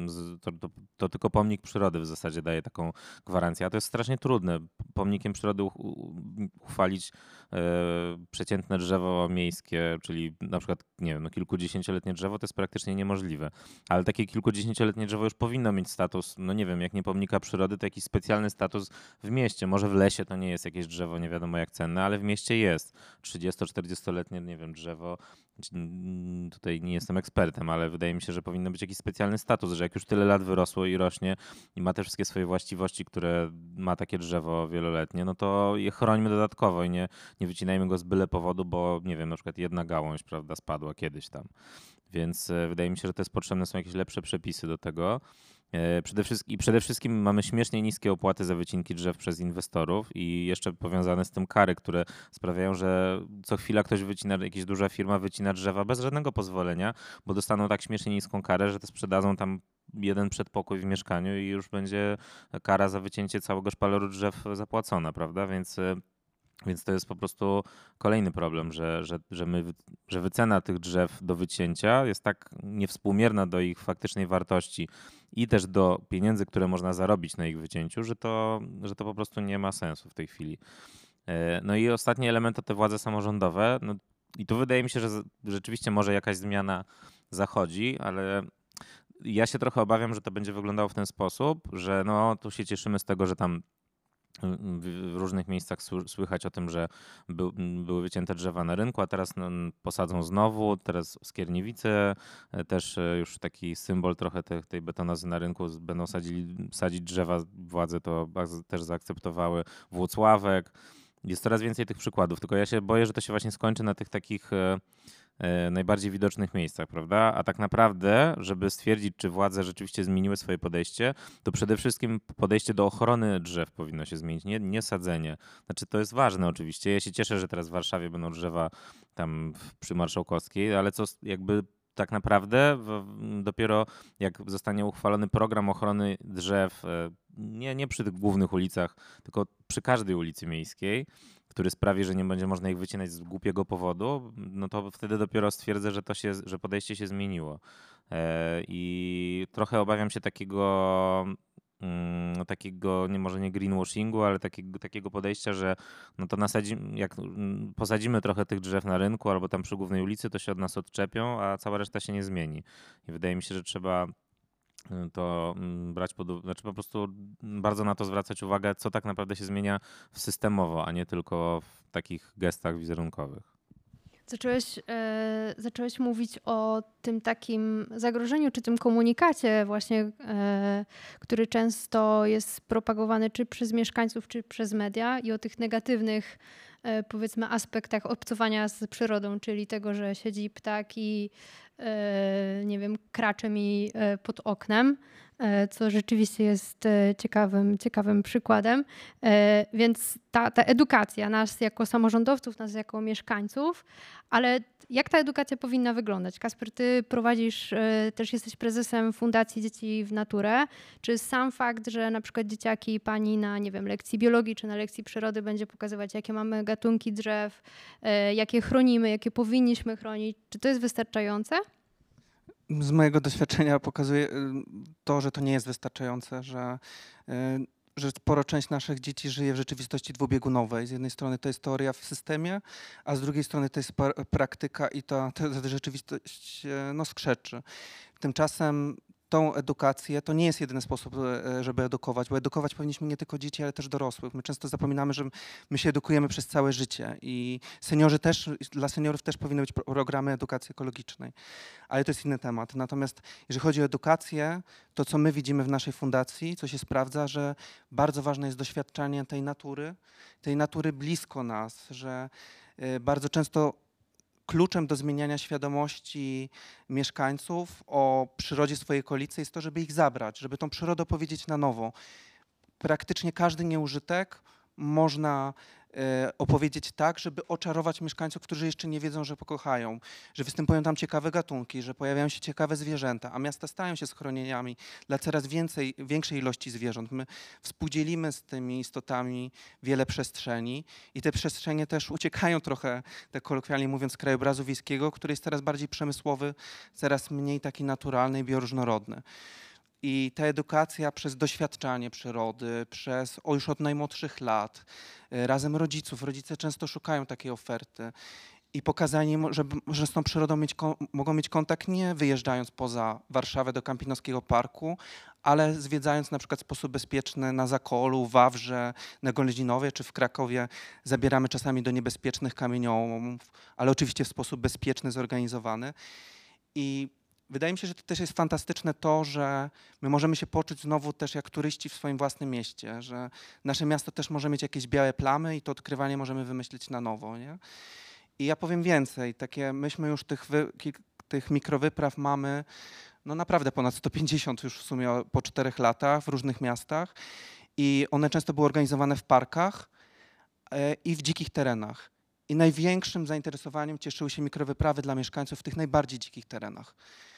to tylko pomnik przyrody w zasadzie daje taką gwarancję, a to jest strasznie trudne. Pomnikiem przyrody uchwalić przeciętne drzewo miejskie, czyli na przykład, nie wiem, no kilkudziesięcioletnie drzewo, to jest praktycznie niemożliwe, ale takie kilkudziesięcioletnie drzewo już powinno mieć status, no nie wiem, jak nie pomnika przyrody, to jakiś specjalny status w mieście. Może w lesie to nie jest jakieś drzewo nie wiadomo jak cenne, ale w mieście jest 30-40-letnie, nie wiem, drzewo. Tutaj nie jestem ekspertem, ale wydaje mi się, że powinno być jakiś specjalny status, że jak już tyle lat wyrosło i rośnie i ma te wszystkie swoje właściwości, które ma takie drzewo wieloletnie, no to je chrońmy dodatkowo i nie wycinajmy go z byle powodu, bo nie wiem, na przykład jedna gałąź, prawda, spadła kiedyś tam. Więc wydaje mi się, że to jest potrzebne, są jakieś lepsze przepisy do tego. Przede wszystkim mamy śmiesznie niskie opłaty za wycinki drzew przez inwestorów i jeszcze powiązane z tym kary, które sprawiają, że co chwila ktoś wycina, jakaś duża firma wycina drzewa bez żadnego pozwolenia, bo dostaną tak śmiesznie niską karę, że to sprzedadzą tam jeden przedpokój w mieszkaniu i już będzie kara za wycięcie całego szpaleru drzew zapłacona, prawda? Więc to jest po prostu kolejny problem, że wycena tych drzew do wycięcia jest tak niewspółmierna do ich faktycznej wartości i też do pieniędzy, które można zarobić na ich wycięciu, że to po prostu nie ma sensu w tej chwili. No i ostatni element to te władze samorządowe. No i tu wydaje mi się, że rzeczywiście może jakaś zmiana zachodzi, ale ja się trochę obawiam, że to będzie wyglądało w ten sposób, że no tu się cieszymy z tego, że tam w różnych miejscach słychać o tym, że były wycięte drzewa na rynku, a teraz posadzą znowu. Teraz Skierniewice, też już taki symbol trochę tej betonozy na rynku, będą sadzić drzewa. Władze to też zaakceptowały. Włocławek. Jest coraz więcej tych przykładów, tylko ja się boję, że to się właśnie skończy na tych takich najbardziej widocznych miejscach, prawda? A tak naprawdę, żeby stwierdzić, czy władze rzeczywiście zmieniły swoje podejście, to przede wszystkim podejście do ochrony drzew powinno się zmienić, nie sadzenie. Znaczy to jest ważne oczywiście. Ja się cieszę, że teraz w Warszawie będą drzewa tam przy Marszałkowskiej, ale co jakby tak naprawdę dopiero jak zostanie uchwalony program ochrony drzew, nie przy tych głównych ulicach, tylko przy każdej ulicy miejskiej, który sprawi, że nie będzie można ich wycinać z głupiego powodu, no to wtedy dopiero stwierdzę, że podejście się zmieniło. I trochę obawiam się takiego może nie greenwashingu, ale takiego podejścia, że no to jak posadzimy trochę tych drzew na rynku albo tam przy głównej ulicy, to się od nas odczepią, a cała reszta się nie zmieni. I wydaje mi się, że trzeba to brać znaczy po prostu bardzo na to zwracać uwagę, co tak naprawdę się zmienia systemowo, a nie tylko w takich gestach wizerunkowych. Zacząłeś mówić o tym takim zagrożeniu, czy tym komunikacie właśnie, który często jest propagowany czy przez mieszkańców, czy przez media i o tych negatywnych, powiedzmy, aspektach obcowania z przyrodą, czyli tego, że siedzi ptak i nie wiem, kracze mi pod oknem, co rzeczywiście jest ciekawym przykładem. Więc ta edukacja nas jako samorządowców, nas jako mieszkańców, ale jak ta edukacja powinna wyglądać? Kasper, ty prowadzisz, też jesteś prezesem Fundacji Dzieci w Naturę. Czy sam fakt, że na przykład dzieciaki pani na, nie wiem, lekcji biologii czy na lekcji przyrody będzie pokazywać, jakie mamy gatunki drzew, jakie chronimy, jakie powinniśmy chronić, czy to jest wystarczające? Z mojego doświadczenia pokazuje to, że to nie jest wystarczające, że sporo część naszych dzieci żyje w rzeczywistości dwubiegunowej. Z jednej strony to jest teoria w systemie, a z drugiej strony to jest praktyka i ta rzeczywistość skrzeczy. Tymczasem tą edukację to nie jest jedyny sposób, żeby edukować, bo edukować powinniśmy nie tylko dzieci, ale też dorosłych. My często zapominamy, że my się edukujemy przez całe życie i dla seniorów też powinny być programy edukacji ekologicznej, ale to jest inny temat. Natomiast jeżeli chodzi o edukację, to co my widzimy w naszej fundacji, co się sprawdza, że bardzo ważne jest doświadczanie tej natury blisko nas, że bardzo często kluczem do zmieniania świadomości mieszkańców o przyrodzie swojej okolicy jest to, żeby ich zabrać, żeby tą przyrodę opowiedzieć na nowo. Praktycznie każdy nieużytek można opowiedzieć tak, żeby oczarować mieszkańców, którzy jeszcze nie wiedzą, że pokochają, że występują tam ciekawe gatunki, że pojawiają się ciekawe zwierzęta, a miasta stają się schronieniami dla coraz większej ilości zwierząt. My współdzielimy z tymi istotami wiele przestrzeni i te przestrzenie też uciekają trochę, tak kolokwialnie mówiąc, z krajobrazu wiejskiego, który jest coraz bardziej przemysłowy, coraz mniej taki naturalny i bioróżnorodny. I ta edukacja przez doświadczanie przyrody, już od najmłodszych lat, razem rodziców. Rodzice często szukają takiej oferty i pokazanie im, że z tą przyrodą mogą mieć kontakt nie wyjeżdżając poza Warszawę do Kampinoskiego Parku, ale zwiedzając na przykład w sposób bezpieczny na Zakolu, Wawrze, na Goledzinowie czy w Krakowie. Zabieramy czasami do niebezpiecznych kamieniołomów, ale oczywiście w sposób bezpieczny, zorganizowany. I wydaje mi się, że to też jest fantastyczne to, że my możemy się poczuć znowu też jak turyści w swoim własnym mieście, że nasze miasto też może mieć jakieś białe plamy i to odkrywanie możemy wymyślić na nowo, nie? I ja powiem więcej, myśmy już tych mikrowypraw mamy no naprawdę ponad 150 już w sumie po 4 latach w różnych miastach i one często były organizowane w parkach i w dzikich terenach. I największym zainteresowaniem cieszyły się mikrowyprawy dla mieszkańców w tych najbardziej dzikich terenach.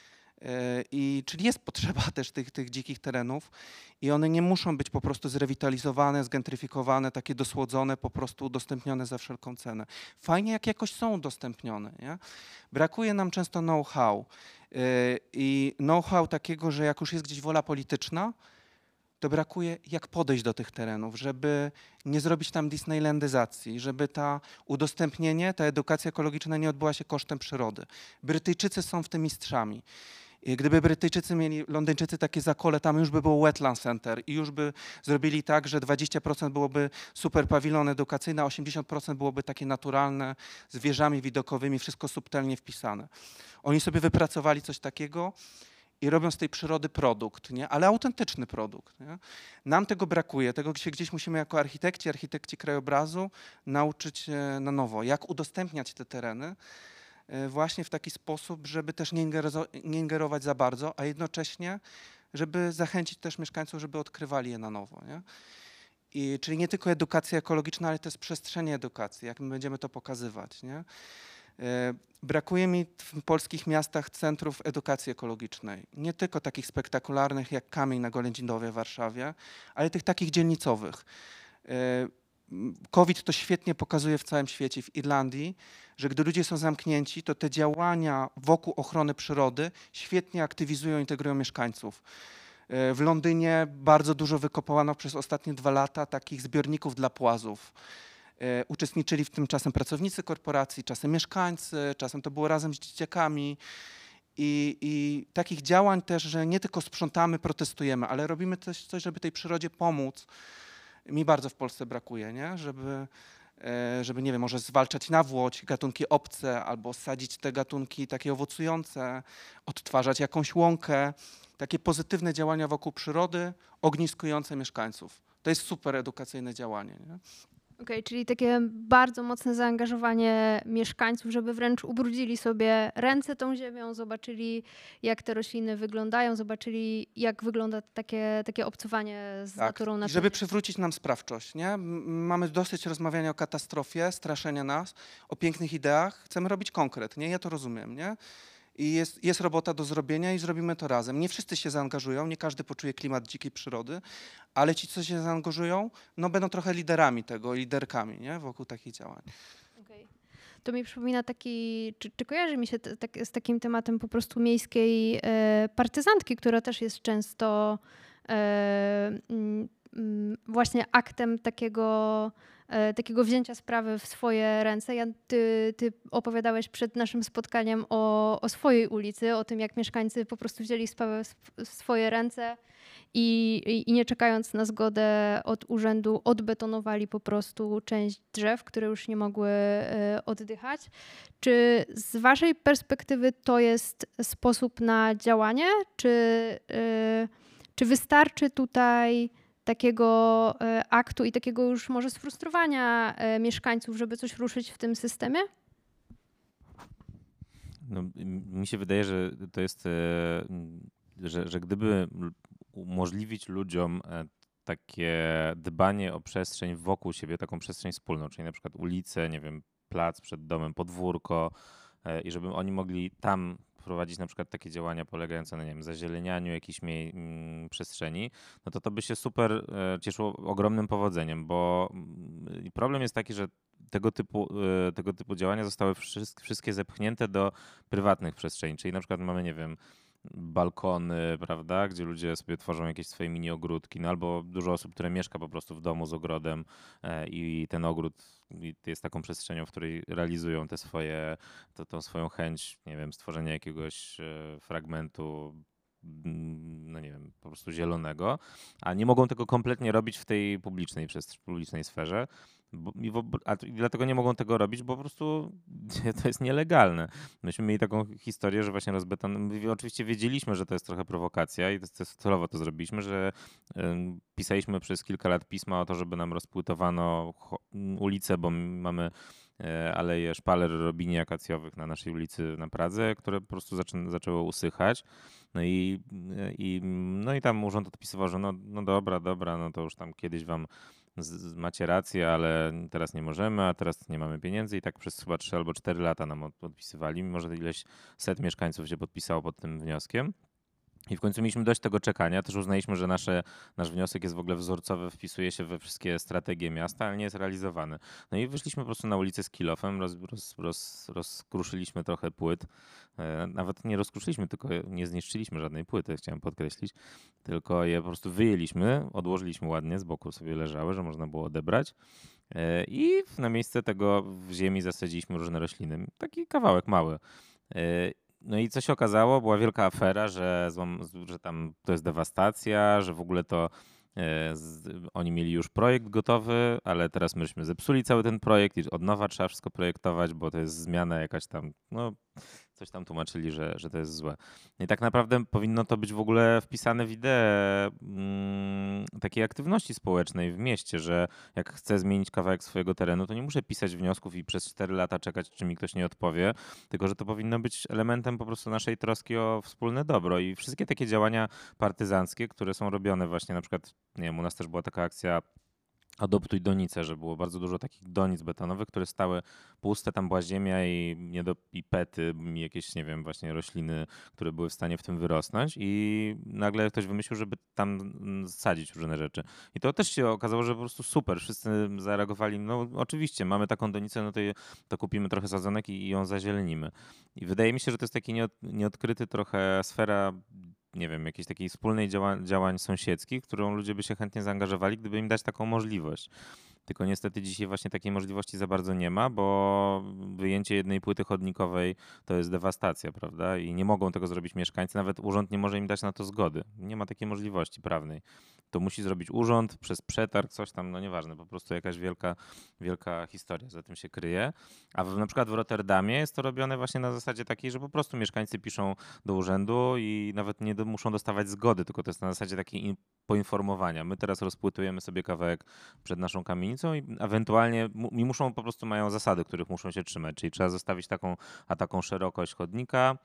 Czyli jest potrzeba też tych dzikich terenów i one nie muszą być po prostu zrewitalizowane, zgentryfikowane, takie dosłodzone, po prostu udostępnione za wszelką cenę. Fajnie, jak jakoś są udostępnione. Nie? Brakuje nam często know-how i know-how takiego, że jak już jest gdzieś wola polityczna, to brakuje jak podejść do tych terenów, żeby nie zrobić tam Disneylandyzacji, żeby ta udostępnienie, ta edukacja ekologiczna nie odbyła się kosztem przyrody. Brytyjczycy są w tym mistrzami. Gdyby Brytyjczycy mieli, Londyńczycy takie zakole, tam już by było Wetland Center i już by zrobili tak, że 20% byłoby super pawilon edukacyjny, a 80% byłoby takie naturalne, z wieżami widokowymi, wszystko subtelnie wpisane. Oni sobie wypracowali coś takiego i robią z tej przyrody produkt, nie? Ale autentyczny produkt. Nie? Nam tego brakuje, tego się gdzieś musimy jako architekci krajobrazu nauczyć na nowo, jak udostępniać te tereny, właśnie w taki sposób, żeby też nie ingerować za bardzo, a jednocześnie, żeby zachęcić też mieszkańców, żeby odkrywali je na nowo. Nie? Czyli nie tylko edukacja ekologiczna, ale też przestrzenie edukacji, jak my będziemy to pokazywać. Nie? Brakuje mi w polskich miastach centrów edukacji ekologicznej. Nie tylko takich spektakularnych jak Kamień na Golędzinowie w Warszawie, ale tych takich dzielnicowych. COVID to świetnie pokazuje w całym świecie, w Irlandii, że gdy ludzie są zamknięci, to te działania wokół ochrony przyrody świetnie aktywizują, integrują mieszkańców. W Londynie bardzo dużo wykopano przez ostatnie 2 lata takich zbiorników dla płazów. Uczestniczyli w tym czasem pracownicy korporacji, czasem mieszkańcy, czasem to było razem z dzieciakami. I takich działań też, że nie tylko sprzątamy, protestujemy, ale robimy coś, żeby tej przyrodzie pomóc. Mi bardzo w Polsce brakuje, nie? Żeby, nie wiem, może zwalczać nawłoć, gatunki obce, albo sadzić te gatunki takie owocujące, odtwarzać jakąś łąkę. Takie pozytywne działania wokół przyrody, ogniskujące mieszkańców. To jest super edukacyjne działanie. Nie? Okej, czyli takie bardzo mocne zaangażowanie mieszkańców, żeby wręcz ubrudzili sobie ręce tą ziemią, zobaczyli, jak te rośliny wyglądają, zobaczyli, jak wygląda takie obcowanie z naturą. I żeby przywrócić nam sprawczość. Nie? Mamy dosyć rozmawiania o katastrofie, straszenia nas, o pięknych ideach. Chcemy robić konkret, nie? Ja to rozumiem. Nie? I jest robota do zrobienia i zrobimy to razem. Nie wszyscy się zaangażują, nie każdy poczuje klimat dzikiej przyrody, ale ci, co się zaangażują, no będą trochę liderami tego, liderkami, nie? Wokół takich działań. Okay. To mi przypomina czy kojarzy mi się z takim tematem po prostu miejskiej partyzantki, która też jest często właśnie aktem takiego wzięcia sprawy w swoje ręce. Ty opowiadałeś przed naszym spotkaniem o swojej ulicy, o tym, jak mieszkańcy po prostu wzięli sprawę w swoje ręce i nie czekając na zgodę od urzędu odbetonowali po prostu część drzew, które już nie mogły oddychać. Czy z waszej perspektywy to jest sposób na działanie? Czy wystarczy tutaj takiego aktu i takiego już może sfrustrowania mieszkańców, żeby coś ruszyć w tym systemie? No, mi się wydaje, że to jest, że gdyby umożliwić ludziom takie dbanie o przestrzeń wokół siebie, taką przestrzeń wspólną, czyli na przykład ulicę, nie wiem, plac przed domem, podwórko i żeby oni mogli tam prowadzić na przykład takie działania polegające na, nie wiem, zazielenianiu jakiejś przestrzeni, no to by się super cieszyło ogromnym powodzeniem, bo problem jest taki, że tego typu działania zostały wszystkie zepchnięte do prywatnych przestrzeni, czyli na przykład mamy, nie wiem, balkony, prawda, gdzie ludzie sobie tworzą jakieś swoje mini ogródki, no albo dużo osób, które mieszka po prostu w domu z ogrodem i ten ogród jest taką przestrzenią, w której realizują tą swoją chęć, nie wiem, stworzenia jakiegoś fragmentu, no nie wiem, po prostu zielonego, a nie mogą tego kompletnie robić w tej publicznej sferze. I dlatego nie mogą tego robić, bo po prostu to jest nielegalne. Myśmy mieli taką historię, że właśnie oczywiście wiedzieliśmy, że to jest trochę prowokacja i celowo to zrobiliśmy, że pisaliśmy przez kilka lat pisma o to, żeby nam rozpłytowano ulicę, bo mamy aleje szpaler robini akacjowych na naszej ulicy na Pradze, które po prostu zaczęły usychać. No i tam urząd odpisywał, że no dobra, no to już tam kiedyś wam macie rację, ale teraz nie możemy, a teraz nie mamy pieniędzy i tak przez chyba 3 albo 4 lata nam odpisywali, mimo że ileś set mieszkańców się podpisało pod tym wnioskiem. I w końcu mieliśmy dość tego czekania. Też uznaliśmy, że nasz wniosek jest w ogóle wzorcowy, wpisuje się we wszystkie strategie miasta, ale nie jest realizowany. No i wyszliśmy po prostu na ulicę z kilofem, rozkruszyliśmy trochę płyt. Nawet nie rozkruszyliśmy, tylko nie zniszczyliśmy żadnej płyty, chciałem podkreślić, tylko je po prostu wyjęliśmy, odłożyliśmy ładnie, z boku sobie leżały, że można było odebrać. I na miejsce tego w ziemi zasadziliśmy różne rośliny. Taki kawałek mały. No i co się okazało? Była wielka afera, że tam to jest dewastacja, że w ogóle to oni mieli już projekt gotowy, ale teraz myśmy zepsuli cały ten projekt i od nowa trzeba wszystko projektować, bo to jest zmiana jakaś tam, no coś tam tłumaczyli, że to jest złe. I tak naprawdę powinno to być w ogóle wpisane w ideę takiej aktywności społecznej w mieście, że jak chcę zmienić kawałek swojego terenu, to nie muszę pisać wniosków i przez 4 lata czekać, czy mi ktoś nie odpowie, tylko że to powinno być elementem po prostu naszej troski o wspólne dobro. I wszystkie takie działania partyzanckie, które są robione właśnie, na przykład, nie wiem, u nas też była taka akcja Adoptuj donicę, że było bardzo dużo takich donic betonowych, które stały puste, tam była ziemia i pety, i jakieś, nie wiem, właśnie rośliny, które były w stanie w tym wyrosnąć i nagle ktoś wymyślił, żeby tam sadzić różne rzeczy. I to też się okazało, że po prostu super, wszyscy zareagowali, no oczywiście, mamy taką donicę, no to kupimy trochę sadzonek i ją zazielenimy. I wydaje mi się, że to jest taki nieodkryty trochę sfera, nie wiem, jakiejś takiej wspólnej działań sąsiedzkich, którą ludzie by się chętnie zaangażowali, gdyby im dać taką możliwość. Tylko niestety dzisiaj właśnie takiej możliwości za bardzo nie ma, bo wyjęcie jednej płyty chodnikowej to jest dewastacja, prawda? I nie mogą tego zrobić mieszkańcy, nawet urząd nie może im dać na to zgody. Nie ma takiej możliwości prawnej. To musi zrobić urząd przez przetarg, coś tam, no nieważne, po prostu jakaś wielka historia za tym się kryje. A na przykład w Rotterdamie jest to robione właśnie na zasadzie takiej, że po prostu mieszkańcy piszą do urzędu i nawet nie muszą dostawać zgody, tylko to jest na zasadzie takiej poinformowania. My teraz rozpłytujemy sobie kawałek przed naszą kamienicą i ewentualnie muszą, po prostu mają zasady, których muszą się trzymać, czyli trzeba zostawić taką szerokość chodnika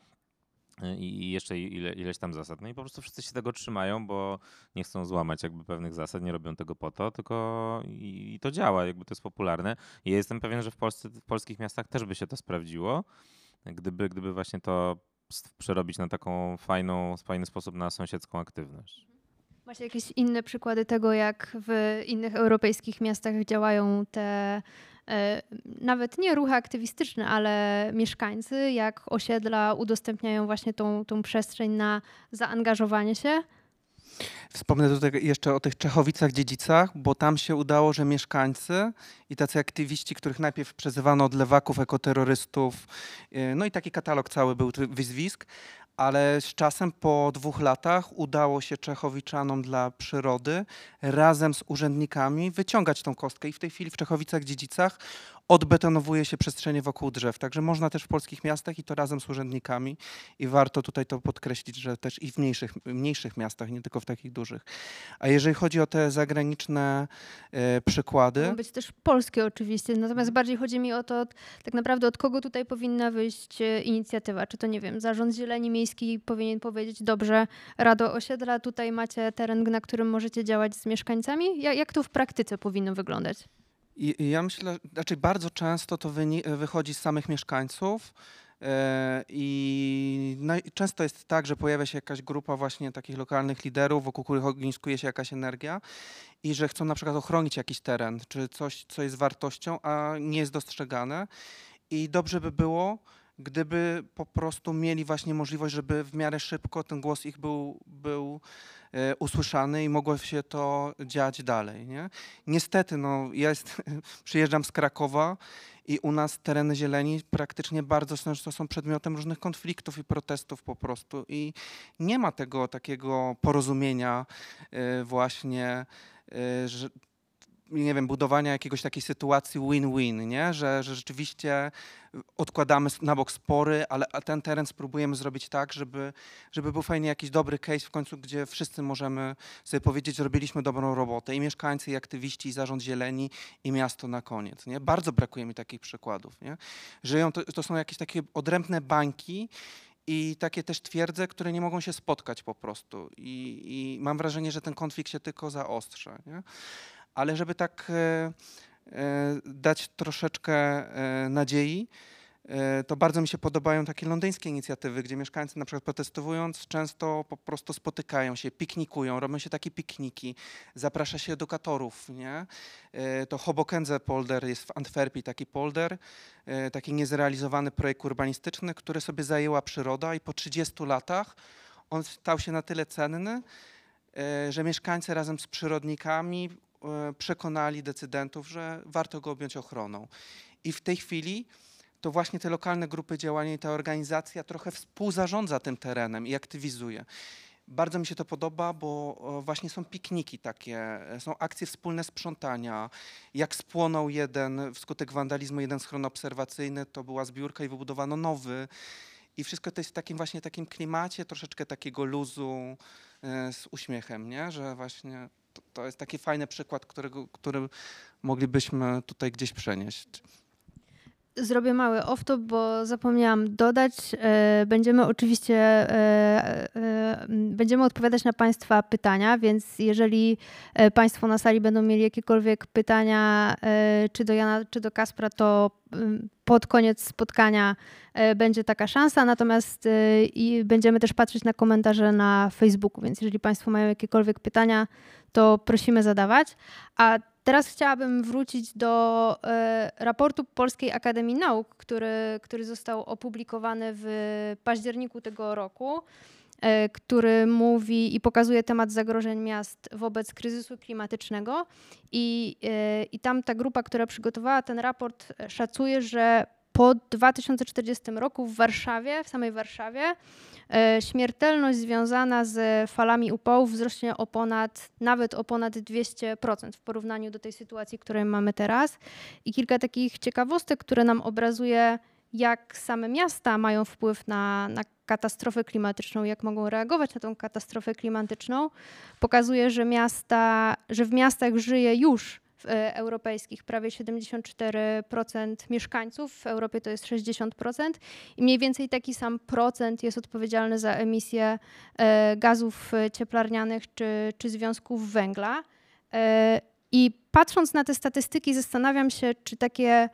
i jeszcze ileś tam zasad. No i po prostu wszyscy się tego trzymają, bo nie chcą złamać jakby pewnych zasad, nie robią tego po to, tylko i to działa, jakby to jest popularne. I ja jestem pewien, że w polskich miastach też by się to sprawdziło, gdyby właśnie to przerobić na taką fajny sposób na sąsiedzką aktywność. Macie jakieś inne przykłady tego, jak w innych europejskich miastach działają te nawet nie ruchy aktywistyczne, ale mieszkańcy, jak osiedla udostępniają właśnie tą przestrzeń na zaangażowanie się? Wspomnę tutaj jeszcze o tych Czechowicach-Dziedzicach, bo tam się udało, że mieszkańcy i tacy aktywiści, których najpierw przezywano od lewaków, ekoterrorystów, no i taki katalog cały był wyzwisk, ale z czasem po 2 latach udało się Czechowiczanom dla przyrody razem z urzędnikami wyciągać tą kostkę i w tej chwili w Czechowicach-Dziedzicach odbetonowuje się przestrzenie wokół drzew. Także można też w polskich miastach i to razem z urzędnikami i warto tutaj to podkreślić, że też i w mniejszych miastach, nie tylko w takich dużych. A jeżeli chodzi o te zagraniczne przykłady... Mogą być też polskie oczywiście, natomiast bardziej chodzi mi o to tak naprawdę od kogo tutaj powinna wyjść inicjatywa. Czy to, nie wiem, Zarząd Zieleni Miejskiej powinien powiedzieć, dobrze, Rado Osiedla, tutaj macie teren, na którym możecie działać z mieszkańcami? Jak to w praktyce powinno wyglądać? Ja myślę, znaczy bardzo często to wychodzi z samych mieszkańców i często jest tak, że pojawia się jakaś grupa właśnie takich lokalnych liderów, wokół których ogniskuje się jakaś energia i że chcą na przykład ochronić jakiś teren, czy coś, co jest wartością, a nie jest dostrzegane. I dobrze by było, gdyby po prostu mieli właśnie możliwość, żeby w miarę szybko ten głos ich był usłyszany i mogło się to dziać dalej. Nie? Niestety, no, przyjeżdżam z Krakowa i u nas tereny zieleni praktycznie bardzo często są przedmiotem różnych konfliktów i protestów po prostu i nie ma tego takiego porozumienia właśnie, że nie wiem, budowania jakiegoś takiej sytuacji win-win, nie? Że rzeczywiście odkładamy na bok spory, ale ten teren spróbujemy zrobić tak, żeby był fajnie jakiś dobry case w końcu, gdzie wszyscy możemy sobie powiedzieć, że robiliśmy dobrą robotę i mieszkańcy, i aktywiści, i Zarząd Zieleni, i miasto na koniec. Nie? Bardzo brakuje mi takich przykładów. Nie? Żyją, to są jakieś takie odrębne bańki i takie też twierdze, które nie mogą się spotkać po prostu. I mam wrażenie, że ten konflikt się tylko zaostrza. Nie? Ale żeby tak dać troszeczkę nadziei, to bardzo mi się podobają takie londyńskie inicjatywy, gdzie mieszkańcy na przykład protestując często po prostu spotykają się, piknikują, robią się takie pikniki, zaprasza się edukatorów, nie? To Hobokense polder jest w Antwerpii, taki polder, taki niezrealizowany projekt urbanistyczny, który sobie zajęła przyroda i po 30 latach on stał się na tyle cenny, że mieszkańcy razem z przyrodnikami przekonali decydentów, że warto go objąć ochroną. I w tej chwili to właśnie te lokalne grupy działania i ta organizacja trochę współzarządza tym terenem i aktywizuje. Bardzo mi się to podoba, bo właśnie są pikniki takie, są akcje wspólne sprzątania. Jak spłonął wskutek wandalizmu jeden schron obserwacyjny, to była zbiórka i wybudowano nowy. I wszystko to jest w takim właśnie takim klimacie, troszeczkę takiego luzu z uśmiechem, nie? Że właśnie to jest taki fajny przykład, który moglibyśmy tutaj gdzieś przenieść. Zrobię mały off-top, bo zapomniałam dodać. Będziemy oczywiście będziemy odpowiadać na Państwa pytania, więc jeżeli Państwo na sali będą mieli jakiekolwiek pytania czy do Jana, czy do Kacpra, to pod koniec spotkania będzie taka szansa, natomiast i będziemy też patrzeć na komentarze na Facebooku, więc jeżeli Państwo mają jakiekolwiek pytania, to prosimy zadawać. A teraz chciałabym wrócić do raportu Polskiej Akademii Nauk, który został opublikowany w październiku tego roku, który mówi i pokazuje temat zagrożeń miast wobec kryzysu klimatycznego. I tam ta grupa, która przygotowała ten raport, szacuje, że po 2040 roku w Warszawie, w samej Warszawie, śmiertelność związana z falami upałów wzrośnie nawet o ponad 200% w porównaniu do tej sytuacji, której mamy teraz. I kilka takich ciekawostek, które nam obrazuje, jak same miasta mają wpływ na katastrofę klimatyczną, jak mogą reagować na tą katastrofę klimatyczną, pokazuje, że w miastach żyje już europejskich prawie 74% mieszkańców, w Europie to jest 60% i mniej więcej taki sam procent jest odpowiedzialny za emisję gazów cieplarnianych czy związków węgla. I patrząc na te statystyki, zastanawiam się, czy takie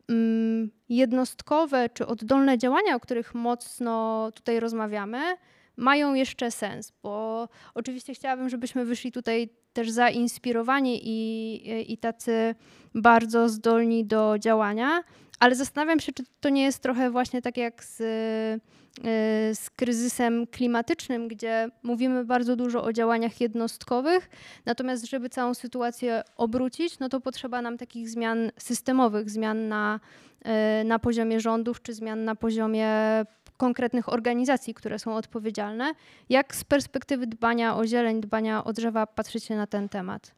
jednostkowe czy oddolne działania, o których mocno tutaj rozmawiamy, mają jeszcze sens, bo oczywiście chciałabym, żebyśmy wyszli tutaj też zainspirowani i tacy bardzo zdolni do działania, ale zastanawiam się, czy to nie jest trochę właśnie tak jak z kryzysem klimatycznym, gdzie mówimy bardzo dużo o działaniach jednostkowych, natomiast żeby całą sytuację obrócić, no to potrzeba nam takich zmian systemowych, zmian na poziomie rządów, czy zmian na poziomie konkretnych organizacji, które są odpowiedzialne. Jak z perspektywy dbania o zieleń, dbania o drzewa patrzycie na ten temat?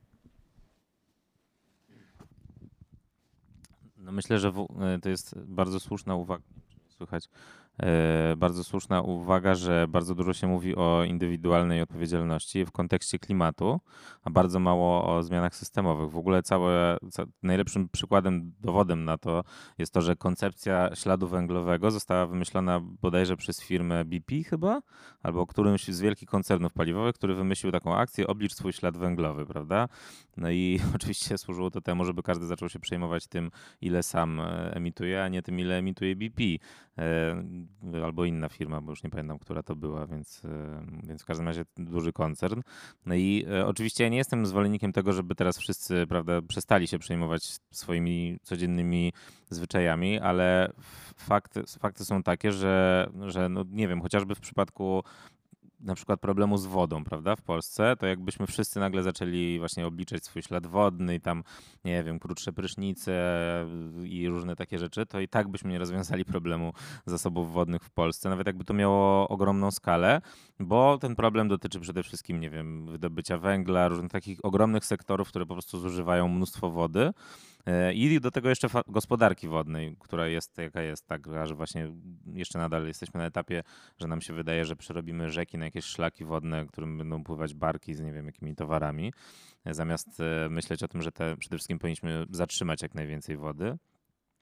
No myślę, że to jest bardzo słuszna uwaga. Słychać. Bardzo słuszna uwaga, że bardzo dużo się mówi o indywidualnej odpowiedzialności w kontekście klimatu, a bardzo mało o zmianach systemowych. W ogóle najlepszym przykładem, dowodem na to jest to, że koncepcja śladu węglowego została wymyślona bodajże przez firmę BP chyba, albo którymś z wielkich koncernów paliwowych, który wymyślił taką akcję oblicz swój ślad węglowy, prawda? No i oczywiście służyło to temu, żeby każdy zaczął się przejmować tym, ile sam emituje, a nie tym, ile emituje BP. Albo inna firma, bo już nie pamiętam, która to była, więc w każdym razie duży koncern. No i oczywiście ja nie jestem zwolennikiem tego, żeby teraz wszyscy, prawda, przestali się przejmować swoimi codziennymi zwyczajami, ale fakty są takie, że no nie wiem, chociażby w przypadku na przykład problemu z wodą, prawda, w Polsce, to jakbyśmy wszyscy nagle zaczęli właśnie obliczać swój ślad wodny i tam, nie wiem, krótsze prysznice i różne takie rzeczy, to i tak byśmy nie rozwiązali problemu zasobów wodnych w Polsce, nawet jakby to miało ogromną skalę, bo ten problem dotyczy przede wszystkim, nie wiem, wydobycia węgla, różnych takich ogromnych sektorów, które po prostu zużywają mnóstwo wody. I do tego jeszcze gospodarki wodnej, która jest jaka jest, tak, że właśnie jeszcze nadal jesteśmy na etapie, że nam się wydaje, że przerobimy rzeki na jakieś szlaki wodne, którym będą pływać barki z nie wiem jakimi towarami, zamiast myśleć o tym, że przede wszystkim powinniśmy zatrzymać jak najwięcej wody.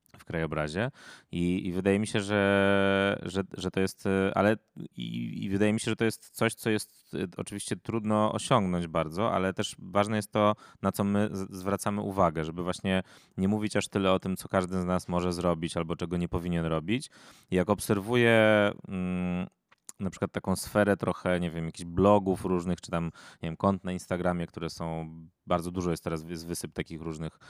w krajobrazie i wydaje mi się, że to jest, ale i wydaje mi się, że to jest coś, co jest oczywiście trudno osiągnąć bardzo, ale też ważne jest to, na co my zwracamy uwagę, żeby właśnie nie mówić aż tyle o tym, co każdy z nas może zrobić albo czego nie powinien robić. I jak obserwuję na przykład taką sferę trochę, nie wiem, jakichś blogów różnych, czy tam, nie wiem, kont na Instagramie, które są, bardzo dużo jest teraz wysyp takich różnych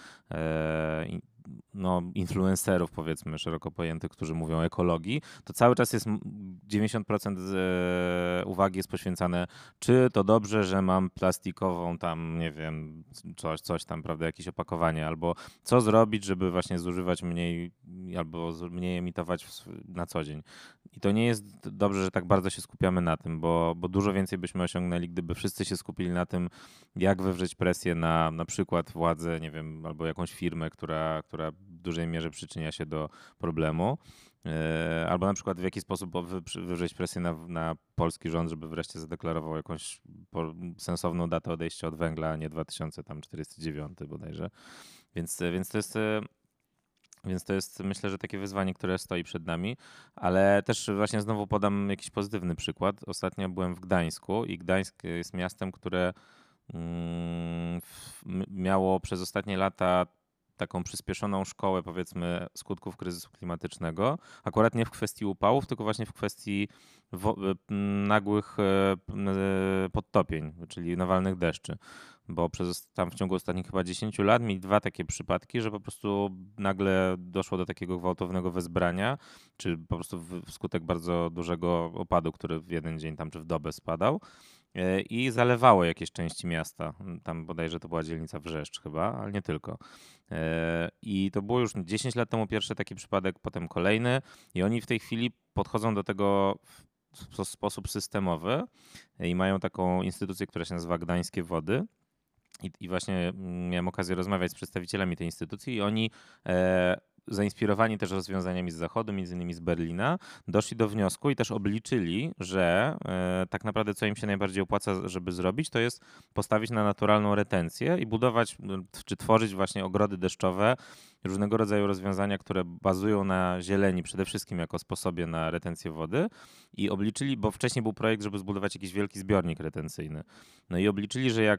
influencerów, powiedzmy, szeroko pojętych, którzy mówią o ekologii, to cały czas jest 90% uwagi jest poświęcane, czy to dobrze, że mam plastikową tam, nie wiem, coś tam, prawda, jakieś opakowanie, albo co zrobić, żeby właśnie zużywać mniej, albo mniej emitować na co dzień. I to nie jest dobrze, że tak bardzo się skupiamy na tym, bo dużo więcej byśmy osiągnęli, gdyby wszyscy się skupili na tym, jak wywrzeć presję na przykład władzę, nie wiem, albo jakąś firmę, która w dużej mierze przyczynia się do problemu, albo na przykład w jaki sposób wywrzeć presję na polski rząd, żeby wreszcie zadeklarował jakąś sensowną datę odejścia od węgla, a nie 2049 bodajże. Więc to jest, myślę, że takie wyzwanie, które stoi przed nami, ale też właśnie znowu podam jakiś pozytywny przykład. Ostatnio byłem w Gdańsku i Gdańsk jest miastem, które miało przez ostatnie lata taką przyspieszoną szkołę, powiedzmy, skutków kryzysu klimatycznego. Akurat nie w kwestii upałów, tylko właśnie w kwestii nagłych podtopień, czyli nawalnych deszczy. Bo tam w ciągu ostatnich chyba 10 lat mieli 2 takie przypadki, że po prostu nagle doszło do takiego gwałtownego wezbrania, czy po prostu wskutek bardzo dużego opadu, który w jeden dzień tam czy w dobę spadał i zalewało jakieś części miasta. Tam bodajże to była dzielnica Wrzeszcz chyba, ale nie tylko. I to było już 10 lat temu pierwszy taki przypadek, potem kolejny i oni w tej chwili podchodzą do tego w sposób systemowy i mają taką instytucję, która się nazywa Gdańskie Wody. I właśnie miałem okazję rozmawiać z przedstawicielami tej instytucji i oni zainspirowani też rozwiązaniami z Zachodu, między innymi z Berlina, doszli do wniosku i też obliczyli, że tak naprawdę co im się najbardziej opłaca, żeby zrobić, to jest postawić na naturalną retencję i budować czy tworzyć właśnie ogrody deszczowe, różnego rodzaju rozwiązania, które bazują na zieleni przede wszystkim jako sposobie na retencję wody i obliczyli, bo wcześniej był projekt, żeby zbudować jakiś wielki zbiornik retencyjny. No i obliczyli, że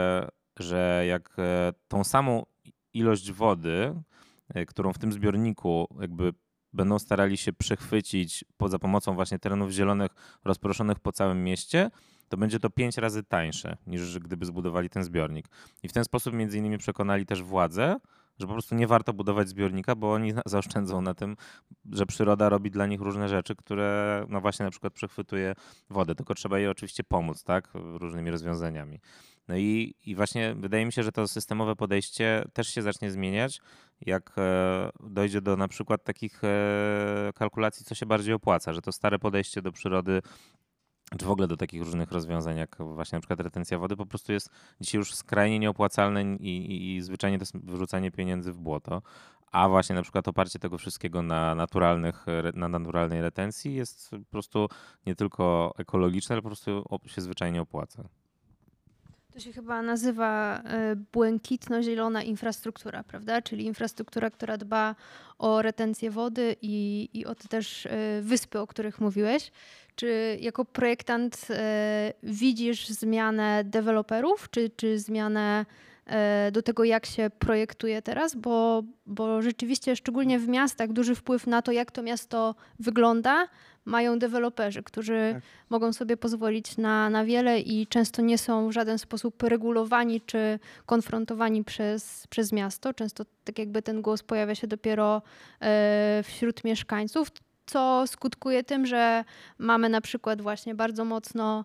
jak tą samą ilość wody, którą w tym zbiorniku jakby będą starali się przechwycić za pomocą właśnie terenów zielonych rozproszonych po całym mieście, to będzie to 5 razy tańsze niż gdyby zbudowali ten zbiornik. I w ten sposób między innymi przekonali też władzę, że po prostu nie warto budować zbiornika, bo oni zaoszczędzą na tym, że przyroda robi dla nich różne rzeczy, które no właśnie na przykład przechwytuje wodę, tylko trzeba jej oczywiście pomóc, tak, różnymi rozwiązaniami. No i właśnie wydaje mi się, że to systemowe podejście też się zacznie zmieniać, jak dojdzie do na przykład takich kalkulacji, co się bardziej opłaca, że to stare podejście do przyrody czy w ogóle do takich różnych rozwiązań, jak właśnie na przykład retencja wody, po prostu jest dzisiaj już skrajnie nieopłacalne i zwyczajnie to jest wyrzucanie pieniędzy w błoto. A właśnie na przykład oparcie tego wszystkiego na naturalnej retencji jest po prostu nie tylko ekologiczne, ale po prostu się zwyczajnie opłaca. To się chyba nazywa błękitno-zielona infrastruktura, prawda? Czyli infrastruktura, która dba o retencję wody i o te też wyspy, o których mówiłeś. Czy jako projektant widzisz zmianę deweloperów, czy zmianę do tego, jak się projektuje teraz? Bo rzeczywiście, szczególnie w miastach, duży wpływ na to, jak to miasto wygląda, mają deweloperzy, którzy mogą sobie pozwolić na wiele i często nie są w żaden sposób regulowani czy konfrontowani przez miasto. Często tak jakby ten głos pojawia się dopiero wśród mieszkańców, co skutkuje tym, że mamy na przykład właśnie bardzo mocno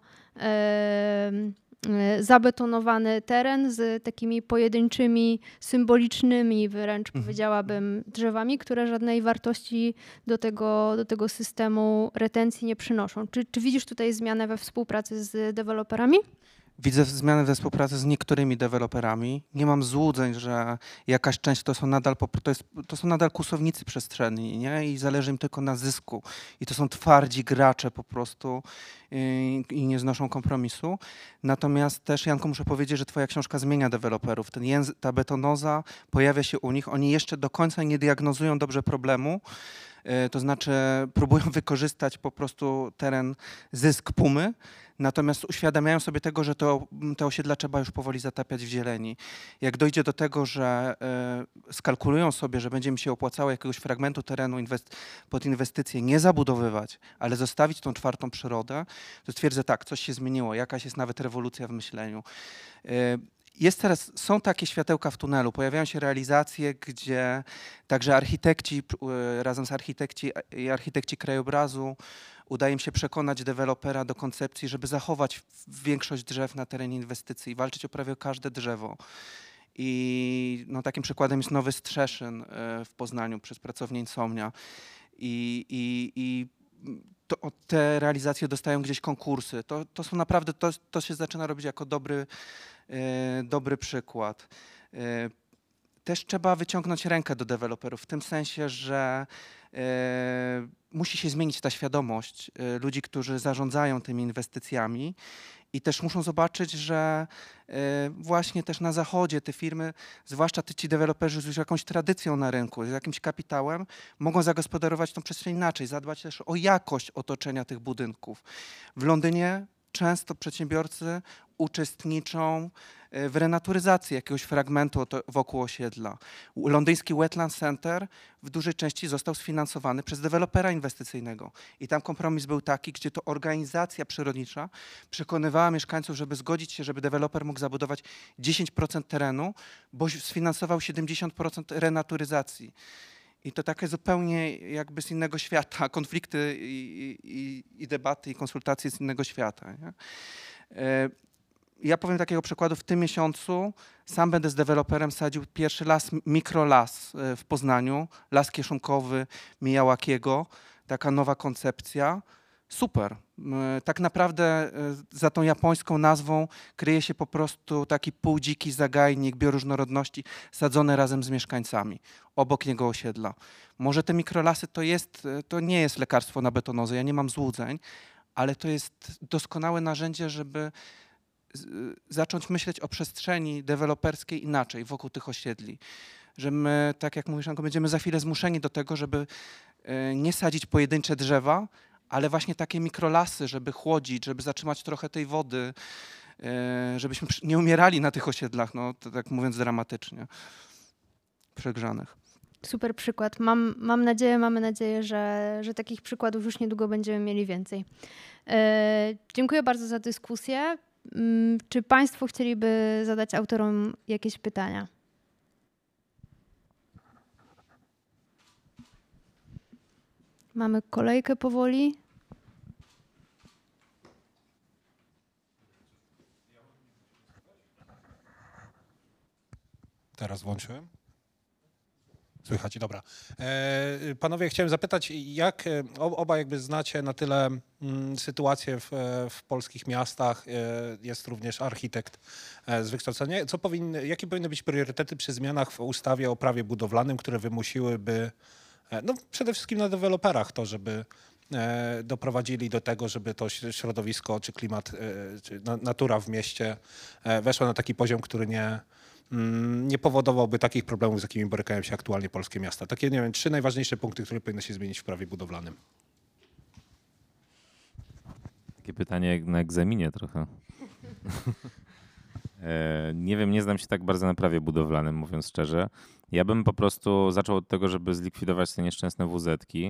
zabetonowany teren z takimi pojedynczymi, symbolicznymi wręcz powiedziałabym drzewami, które żadnej wartości do tego systemu retencji nie przynoszą. Czy widzisz tutaj zmianę we współpracy z deweloperami? Widzę zmiany we współpracy z niektórymi deweloperami. Nie mam złudzeń, że jakaś część to są nadal kłusownicy przestrzenni, nie? I zależy im tylko na zysku. I to są twardzi gracze po prostu i nie znoszą kompromisu. Natomiast też, Janku, muszę powiedzieć, że twoja książka zmienia deweloperów. Ta betonoza pojawia się u nich. Oni jeszcze do końca nie diagnozują dobrze problemu. To znaczy próbują wykorzystać po prostu zysk Pumy, natomiast uświadamiają sobie tego, że te osiedla trzeba już powoli zatapiać w zieleni. Jak dojdzie do tego, że skalkulują sobie, że będzie mi się opłacało jakiegoś fragmentu terenu pod inwestycje nie zabudowywać, ale zostawić tą czwartą przyrodę, to stwierdzę tak, coś się zmieniło, jakaś jest nawet rewolucja w myśleniu. Są takie światełka w tunelu, pojawiają się realizacje, gdzie także architekci, razem z architekci krajobrazu, udaje im się przekonać dewelopera do koncepcji, żeby zachować większość drzew na terenie inwestycji i walczyć o prawie każde drzewo. I takim przykładem jest Nowy Strzeszyn w Poznaniu przez pracownię Insomnia. Te realizacje dostają gdzieś konkursy. To są naprawdę, to się zaczyna robić jako dobry przykład. Też trzeba wyciągnąć rękę do deweloperów w tym sensie, że musi się zmienić ta świadomość ludzi, którzy zarządzają tymi inwestycjami i też muszą zobaczyć, że właśnie też na zachodzie te firmy, zwłaszcza ci deweloperzy z już jakąś tradycją na rynku, z jakimś kapitałem, mogą zagospodarować tą przestrzeń inaczej, zadbać też o jakość otoczenia tych budynków. W Londynie często przedsiębiorcy uczestniczą w renaturyzacji jakiegoś fragmentu wokół osiedla. Londyński Wetland Center w dużej części został sfinansowany przez dewelopera inwestycyjnego. I tam kompromis był taki, gdzie to organizacja przyrodnicza przekonywała mieszkańców, żeby zgodzić się, żeby deweloper mógł zabudować 10% terenu, bo sfinansował 70% renaturyzacji. I to takie zupełnie jakby z innego świata, konflikty i debaty i konsultacje z innego świata. Nie? Ja powiem takiego przykładu, w tym miesiącu sam będę z deweloperem sadził pierwszy mikrolas w Poznaniu, las kieszonkowy Mijałakiego, taka nowa koncepcja. Super. Tak naprawdę za tą japońską nazwą kryje się po prostu taki półdziki zagajnik bioróżnorodności sadzony razem z mieszkańcami obok niego osiedla. Może te mikrolasy to nie jest lekarstwo na betonozę, ja nie mam złudzeń, ale to jest doskonałe narzędzie, żeby zacząć myśleć o przestrzeni deweloperskiej inaczej wokół tych osiedli. Że my, tak jak mówisz, będziemy za chwilę zmuszeni do tego, żeby nie sadzić pojedyncze drzewa, ale właśnie takie mikrolasy, żeby chłodzić, żeby zatrzymać trochę tej wody, żebyśmy nie umierali na tych osiedlach, to tak mówiąc dramatycznie, przegrzanych. Super przykład. Mamy nadzieję, że takich przykładów już niedługo będziemy mieli więcej. Dziękuję bardzo za dyskusję. Czy Państwo chcieliby zadać autorom jakieś pytania? Mamy kolejkę powoli. Teraz włączyłem. Słychać, dobra. Panowie, chciałem zapytać, jak oba jakby znacie na tyle sytuację w polskich miastach, jest również architekt z wykształcenia. Jakie powinny być priorytety przy zmianach w ustawie o prawie budowlanym, które wymusiłyby przede wszystkim na deweloperach to, żeby doprowadzili do tego, żeby to środowisko czy klimat, czy natura w mieście weszła na taki poziom, który nie powodowałby takich problemów, z jakimi borykają się aktualnie polskie miasta. Takie, nie wiem, 3 najważniejsze punkty, które powinny się zmienić w prawie budowlanym. Takie pytanie jak na egzaminie trochę. Nie wiem, nie znam się tak bardzo na prawie budowlanym, mówiąc szczerze. Ja bym po prostu zaczął od tego, żeby zlikwidować te nieszczęsne WZ-ki.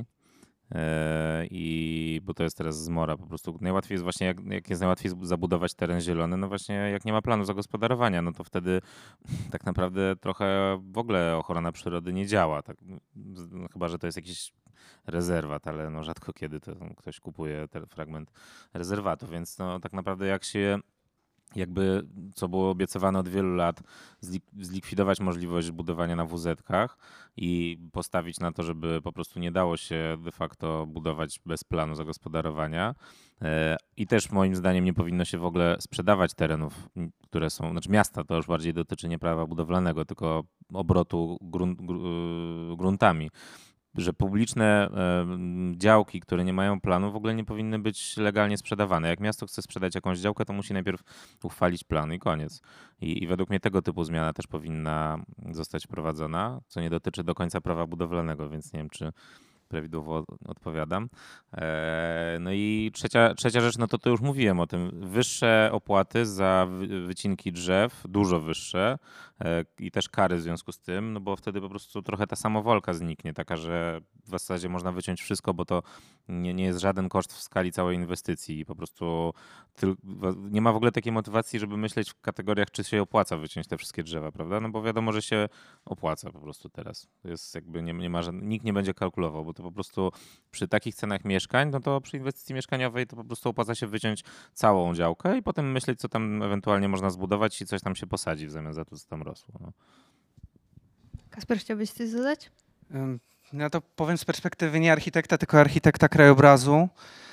Bo to jest teraz zmora po prostu. Najłatwiej jest właśnie, jak jest najłatwiej zabudować teren zielony, no właśnie jak nie ma planu zagospodarowania, no to wtedy tak naprawdę trochę w ogóle ochrona przyrody nie działa. Tak, no chyba że to jest jakiś rezerwat, ale no rzadko kiedy to ktoś kupuje ten fragment rezerwatu, więc no tak naprawdę jak się jakby, co było obiecywane od wielu lat, zlikwidować możliwość budowania na WZ-kach i postawić na to, żeby po prostu nie dało się de facto budować bez planu zagospodarowania. I też moim zdaniem nie powinno się w ogóle sprzedawać terenów, które są, znaczy miasta, to już bardziej dotyczy nie prawa budowlanego, tylko obrotu gruntami. Że publiczne działki, które nie mają planu, w ogóle nie powinny być legalnie sprzedawane. Jak miasto chce sprzedać jakąś działkę, to musi najpierw uchwalić plan i koniec. I według mnie tego typu zmiana też powinna zostać wprowadzona, co nie dotyczy do końca prawa budowlanego, więc nie wiem, czy prawidłowo odpowiadam. No i trzecia rzecz, no to już mówiłem o tym. Wyższe opłaty za wycinki drzew, dużo wyższe i też kary w związku z tym, no bo wtedy po prostu trochę ta samowolka zniknie, taka, że w zasadzie można wyciąć wszystko, bo to nie jest żaden koszt w skali całej inwestycji i po prostu nie ma w ogóle takiej motywacji, żeby myśleć w kategoriach, czy się opłaca wyciąć te wszystkie drzewa, prawda? No bo wiadomo, że się opłaca po prostu teraz. To jest jakby nie ma nikt nie będzie kalkulował, bo to po prostu przy takich cenach mieszkań, no to przy inwestycji mieszkaniowej to po prostu opłaca się wyciąć całą działkę i potem myśleć, co tam ewentualnie można zbudować i coś tam się posadzi w zamian za to, co tam rosło. No. Kasper, chciałbyś coś dodać? Ja to powiem z perspektywy nie architekta, tylko architekta krajobrazu.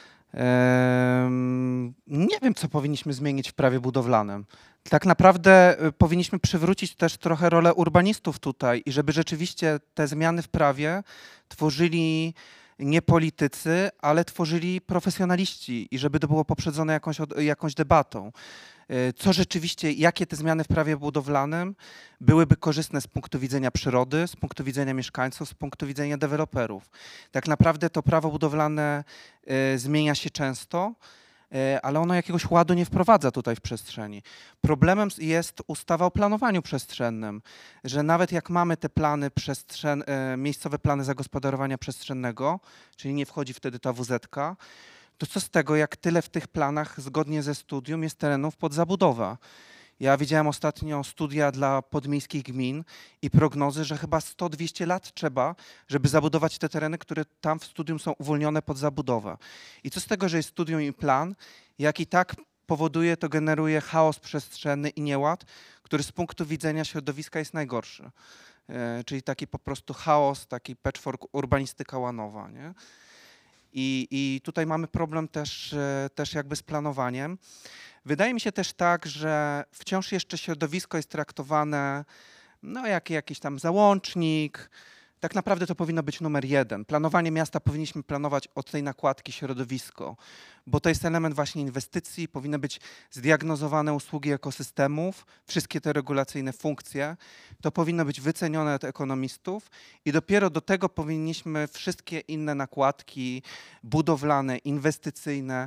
Nie wiem, co powinniśmy zmienić w prawie budowlanym. Tak naprawdę powinniśmy przywrócić też trochę rolę urbanistów tutaj i żeby rzeczywiście te zmiany w prawie tworzyli nie politycy, ale tworzyli profesjonaliści i żeby to było poprzedzone jakąś debatą. Co rzeczywiście, jakie te zmiany w prawie budowlanym byłyby korzystne z punktu widzenia przyrody, z punktu widzenia mieszkańców, z punktu widzenia deweloperów. Tak naprawdę to prawo budowlane zmienia się często, ale ono jakiegoś ładu nie wprowadza tutaj w przestrzeni. Problemem jest ustawa o planowaniu przestrzennym, że nawet jak mamy te plany miejscowe plany zagospodarowania przestrzennego, czyli nie wchodzi wtedy ta WZ-ka, to co z tego, jak tyle w tych planach zgodnie ze studium jest terenów pod zabudowę. Ja widziałem ostatnio studia dla podmiejskich gmin i prognozy, że chyba 100-200 lat trzeba, żeby zabudować te tereny, które tam w studium są uwolnione pod zabudowę. I co z tego, że jest studium i plan, jak i tak powoduje, to generuje chaos przestrzenny i nieład, który z punktu widzenia środowiska jest najgorszy. Czyli taki po prostu chaos, taki patchwork, urbanistyka łanowa, nie? I tutaj mamy problem też jakby z planowaniem. Wydaje mi się też tak, że wciąż jeszcze środowisko jest traktowane no, jak jakiś tam załącznik. Tak naprawdę to powinno być numer 1. Planowanie miasta powinniśmy planować od tej nakładki środowisko, bo to jest element właśnie inwestycji, powinny być zdiagnozowane usługi ekosystemów, wszystkie te regulacyjne funkcje. To powinno być wycenione od ekonomistów i dopiero do tego powinniśmy wszystkie inne nakładki budowlane, inwestycyjne,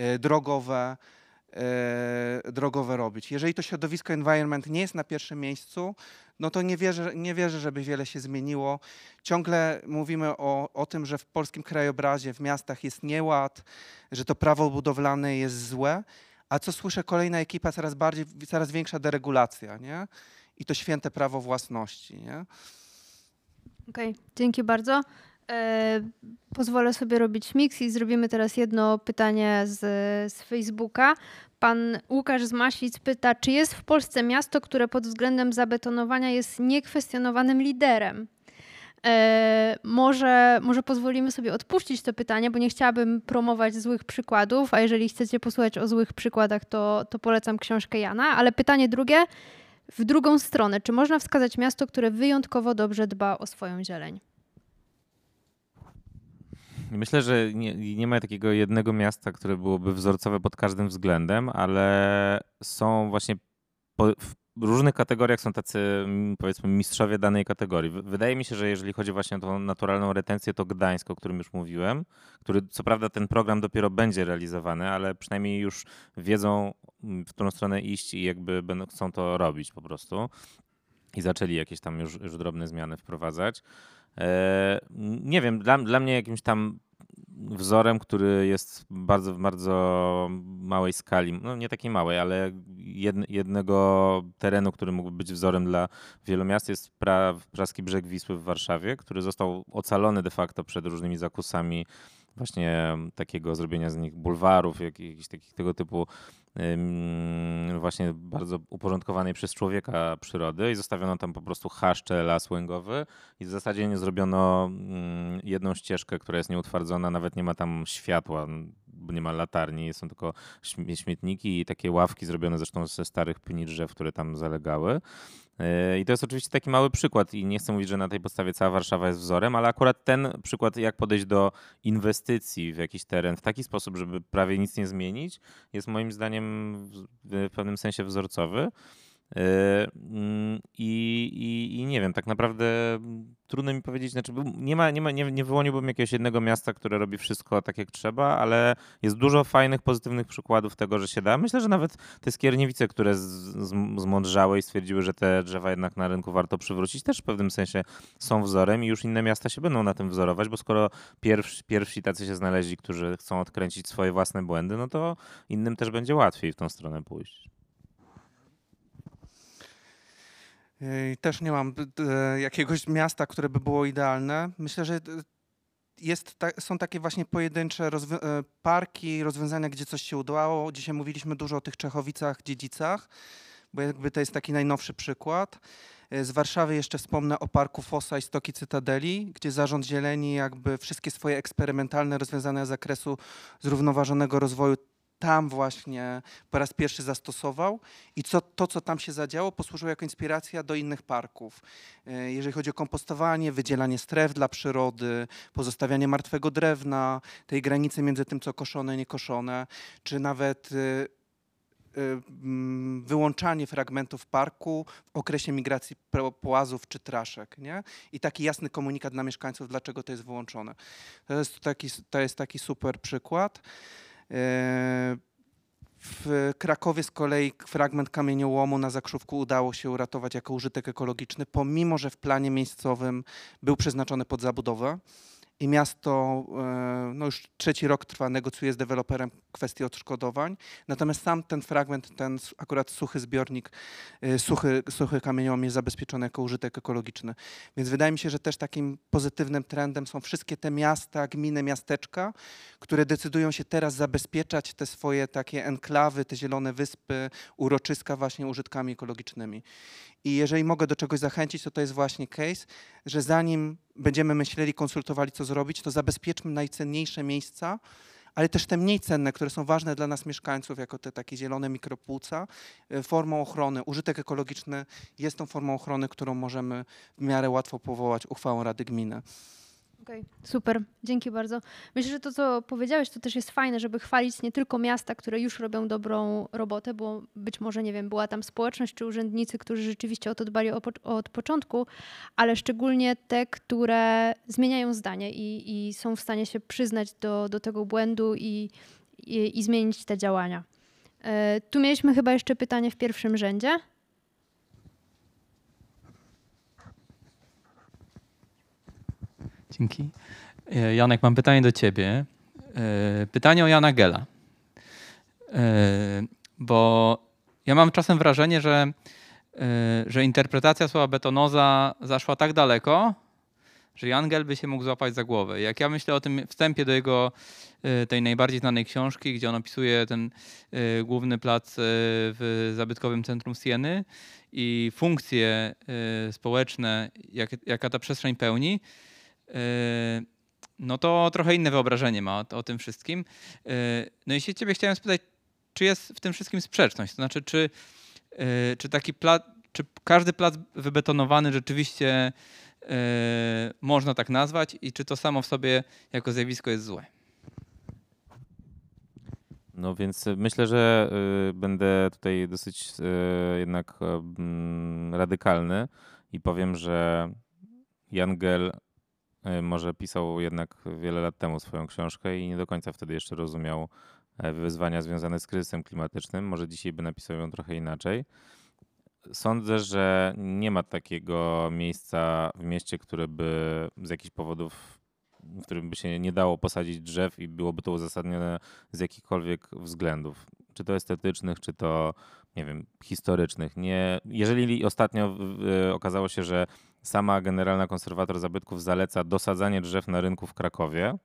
drogowe robić. Jeżeli to środowisko environment nie jest na pierwszym miejscu, no to nie wierzę, żeby wiele się zmieniło. Ciągle mówimy o tym, że w polskim krajobrazie, w miastach jest nieład, że to prawo budowlane jest złe, a co słyszę, kolejna ekipa, coraz większa deregulacja, nie? I to święte prawo własności, nie? Okej, dzięki bardzo. Pozwolę sobie robić miks i zrobimy teraz jedno pytanie z Facebooka. Pan Łukasz z Masic pyta, czy jest w Polsce miasto, które pod względem zabetonowania jest niekwestionowanym liderem? Może pozwolimy sobie odpuścić to pytanie, bo nie chciałabym promować złych przykładów, a jeżeli chcecie posłuchać o złych przykładach, to polecam książkę Jana. Ale pytanie drugie, w drugą stronę. Czy można wskazać miasto, które wyjątkowo dobrze dba o swoją zieleń? Myślę, że nie ma takiego jednego miasta, które byłoby wzorcowe pod każdym względem, ale są właśnie w różnych kategoriach są tacy, powiedzmy, mistrzowie danej kategorii. Wydaje mi się, że jeżeli chodzi właśnie o tą naturalną retencję, to Gdańsk, o którym już mówiłem, który co prawda ten program dopiero będzie realizowany, ale przynajmniej już wiedzą, w którą stronę iść i jakby chcą to robić po prostu. I zaczęli jakieś tam już drobne zmiany wprowadzać. Nie wiem, dla mnie jakimś tam wzorem, który jest w bardzo małej skali, no nie takiej małej, ale jednego terenu, który mógłby być wzorem dla wielu miast, jest praski brzeg Wisły w Warszawie, który został ocalony de facto przed różnymi zakusami właśnie takiego zrobienia z nich bulwarów, jakichś takich tego typu właśnie bardzo uporządkowanej przez człowieka przyrody i zostawiono tam po prostu chaszcze, las łęgowy i w zasadzie nie zrobiono jedną ścieżkę, która jest nieutwardzona, nawet nie ma tam światła, bo nie ma latarni, są tylko śmietniki i takie ławki zrobione zresztą ze starych pni drzew, które tam zalegały. I to jest oczywiście taki mały przykład i nie chcę mówić, że na tej podstawie cała Warszawa jest wzorem, ale akurat ten przykład, jak podejść do inwestycji w jakiś teren w taki sposób, żeby prawie nic nie zmienić, jest moim zdaniem w pewnym sensie wzorcowy. I nie wiem, tak naprawdę trudno mi powiedzieć, znaczy nie wyłoniłbym jakiegoś jednego miasta, które robi wszystko tak jak trzeba, ale jest dużo fajnych, pozytywnych przykładów tego, że się da. Myślę, że nawet te Skierniewice, które zmądrzały i stwierdziły, że te drzewa jednak na rynku warto przywrócić, też w pewnym sensie są wzorem i już inne miasta się będą na tym wzorować, bo skoro pierwsi tacy się znaleźli, którzy chcą odkręcić swoje własne błędy, no to innym też będzie łatwiej w tą stronę pójść. Też nie mam jakiegoś miasta, które by było idealne. Myślę, że są takie właśnie pojedyncze parki, rozwiązania, gdzie coś się udało. Dzisiaj mówiliśmy dużo o tych Czechowicach, Dziedzicach, bo jakby to jest taki najnowszy przykład. Z Warszawy jeszcze wspomnę o parku Fossa i Stoki Cytadeli, gdzie Zarząd Zieleni jakby wszystkie swoje eksperymentalne rozwiązania z zakresu zrównoważonego rozwoju tam właśnie po raz pierwszy zastosował i co tam się zadziało, posłużyło jako inspiracja do innych parków. Jeżeli chodzi o kompostowanie, wydzielanie stref dla przyrody, pozostawianie martwego drewna, tej granicy między tym, co koszone, niekoszone, czy nawet wyłączanie fragmentów parku w okresie migracji płazów czy traszek, nie? I taki jasny komunikat dla mieszkańców, dlaczego to jest wyłączone. To jest taki super przykład. W Krakowie z kolei fragment kamieniołomu na Zakrzówku udało się uratować jako użytek ekologiczny, pomimo że w planie miejscowym był przeznaczony pod zabudowę. I miasto no już 3. rok trwa, negocjuje z deweloperem kwestię odszkodowań. Natomiast sam ten fragment, ten akurat suchy zbiornik, suchy kamieniołom jest zabezpieczony jako użytek ekologiczny. Więc wydaje mi się, że też takim pozytywnym trendem są wszystkie te miasta, gminy, miasteczka, które decydują się teraz zabezpieczać te swoje takie enklawy, te zielone wyspy, uroczyska właśnie użytkami ekologicznymi. I jeżeli mogę do czegoś zachęcić, to jest właśnie case, że zanim będziemy myśleli, konsultowali, co zrobić, to zabezpieczmy najcenniejsze miejsca, ale też te mniej cenne, które są ważne dla nas mieszkańców, jako te takie zielone mikropłuca, formą ochrony. Użytek ekologiczny jest tą formą ochrony, którą możemy w miarę łatwo powołać uchwałą Rady Gminy. Okej, super, dzięki bardzo. Myślę, że to, co powiedziałeś, to też jest fajne, żeby chwalić nie tylko miasta, które już robią dobrą robotę, bo być może, nie wiem, była tam społeczność czy urzędnicy, którzy rzeczywiście o to dbali od początku, ale szczególnie te, które zmieniają zdanie i są w stanie się przyznać do tego błędu i zmienić te działania. Tu mieliśmy chyba jeszcze pytanie w pierwszym rzędzie. Dzięki. Janek, mam pytanie do ciebie. Pytanie o Jana Gela. Bo ja mam czasem wrażenie, że interpretacja słowa betonoza zaszła tak daleko, że Jan Gel by się mógł złapać za głowę. Jak ja myślę o tym wstępie do jego tej najbardziej znanej książki, gdzie on opisuje ten główny plac w zabytkowym centrum Sieny i funkcje społeczne, jaka ta przestrzeń pełni, no to trochę inne wyobrażenie ma o tym wszystkim. No i się ciebie chciałem spytać, czy jest w tym wszystkim sprzeczność? To znaczy, czy taki plac, czy każdy plac wybetonowany rzeczywiście można tak nazwać i czy to samo w sobie jako zjawisko jest złe? No więc myślę, że będę tutaj dosyć jednak radykalny i powiem, że Jan Gel może pisał jednak wiele lat temu swoją książkę i nie do końca wtedy jeszcze rozumiał wyzwania związane z kryzysem klimatycznym. Może dzisiaj by napisał ją trochę inaczej. Sądzę, że nie ma takiego miejsca w mieście, które by z jakichś powodów, w którym by się nie dało posadzić drzew i byłoby to uzasadnione z jakichkolwiek względów. Czy to estetycznych, czy to, nie wiem, historycznych. Nie, jeżeli ostatnio okazało się, że sama Generalna Konserwator Zabytków zaleca dosadzanie drzew na rynku w Krakowie,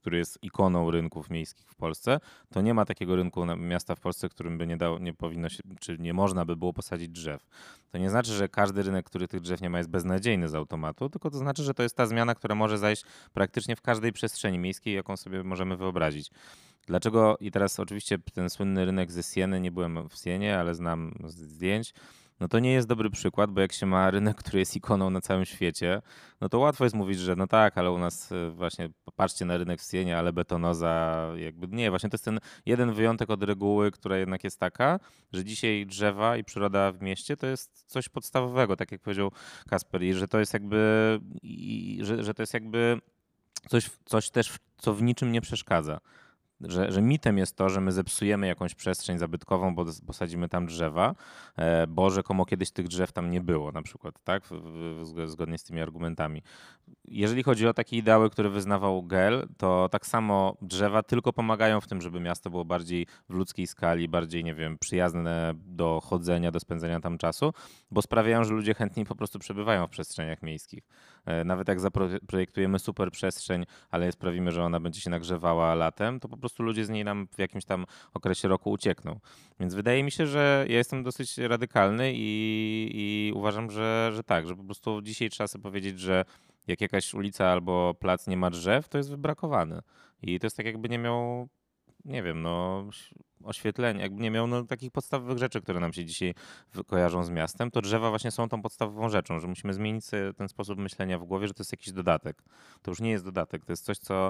który jest ikoną rynków miejskich w Polsce, to nie ma takiego rynku miasta w Polsce, którym by nie powinno się, czy nie można by było posadzić drzew. To nie znaczy, że każdy rynek, który tych drzew nie ma, jest beznadziejny z automatu, tylko to znaczy, że to jest ta zmiana, która może zajść praktycznie w każdej przestrzeni miejskiej, jaką sobie możemy wyobrazić. Dlaczego? I teraz oczywiście ten słynny rynek ze Sieny, nie byłem w Sienie, ale znam z zdjęć. No to nie jest dobry przykład, bo jak się ma rynek, który jest ikoną na całym świecie, no to łatwo jest mówić, że no tak, ale u nas właśnie patrzcie na rynek w Sienie, ale betonoza jakby nie. Właśnie to jest ten jeden wyjątek od reguły, która jednak jest taka, że dzisiaj drzewa i przyroda w mieście to jest coś podstawowego, tak jak powiedział Kasper, i że to jest jakby, że to jest jakby coś też, co w niczym nie przeszkadza. Że mitem jest to, że my zepsujemy jakąś przestrzeń zabytkową, bo posadzimy tam drzewa, bo rzekomo kiedyś tych drzew tam nie było na przykład, tak? Zgodnie z tymi argumentami. Jeżeli chodzi o takie ideały, które wyznawał Gell, to tak samo drzewa tylko pomagają w tym, żeby miasto było bardziej w ludzkiej skali, bardziej, nie wiem, przyjazne do chodzenia, do spędzania tam czasu, bo sprawiają, że ludzie chętniej po prostu przebywają w przestrzeniach miejskich. Nawet jak zaprojektujemy super przestrzeń, ale sprawimy, że ona będzie się nagrzewała latem, to po prostu ludzie z niej nam w jakimś tam okresie roku uciekną. Więc wydaje mi się, że ja jestem dosyć radykalny i uważam, że tak, że po prostu dzisiaj trzeba sobie powiedzieć, że jak jakaś ulica albo plac nie ma drzew, to jest wybrakowany. I to jest tak, jakby nie miał, nie wiem, no oświetlenia, jakby nie miał takich podstawowych rzeczy, które nam się dzisiaj kojarzą z miastem, to drzewa właśnie są tą podstawową rzeczą, że musimy zmienić sobie ten sposób myślenia w głowie, że to jest jakiś dodatek. To już nie jest dodatek, to jest coś, co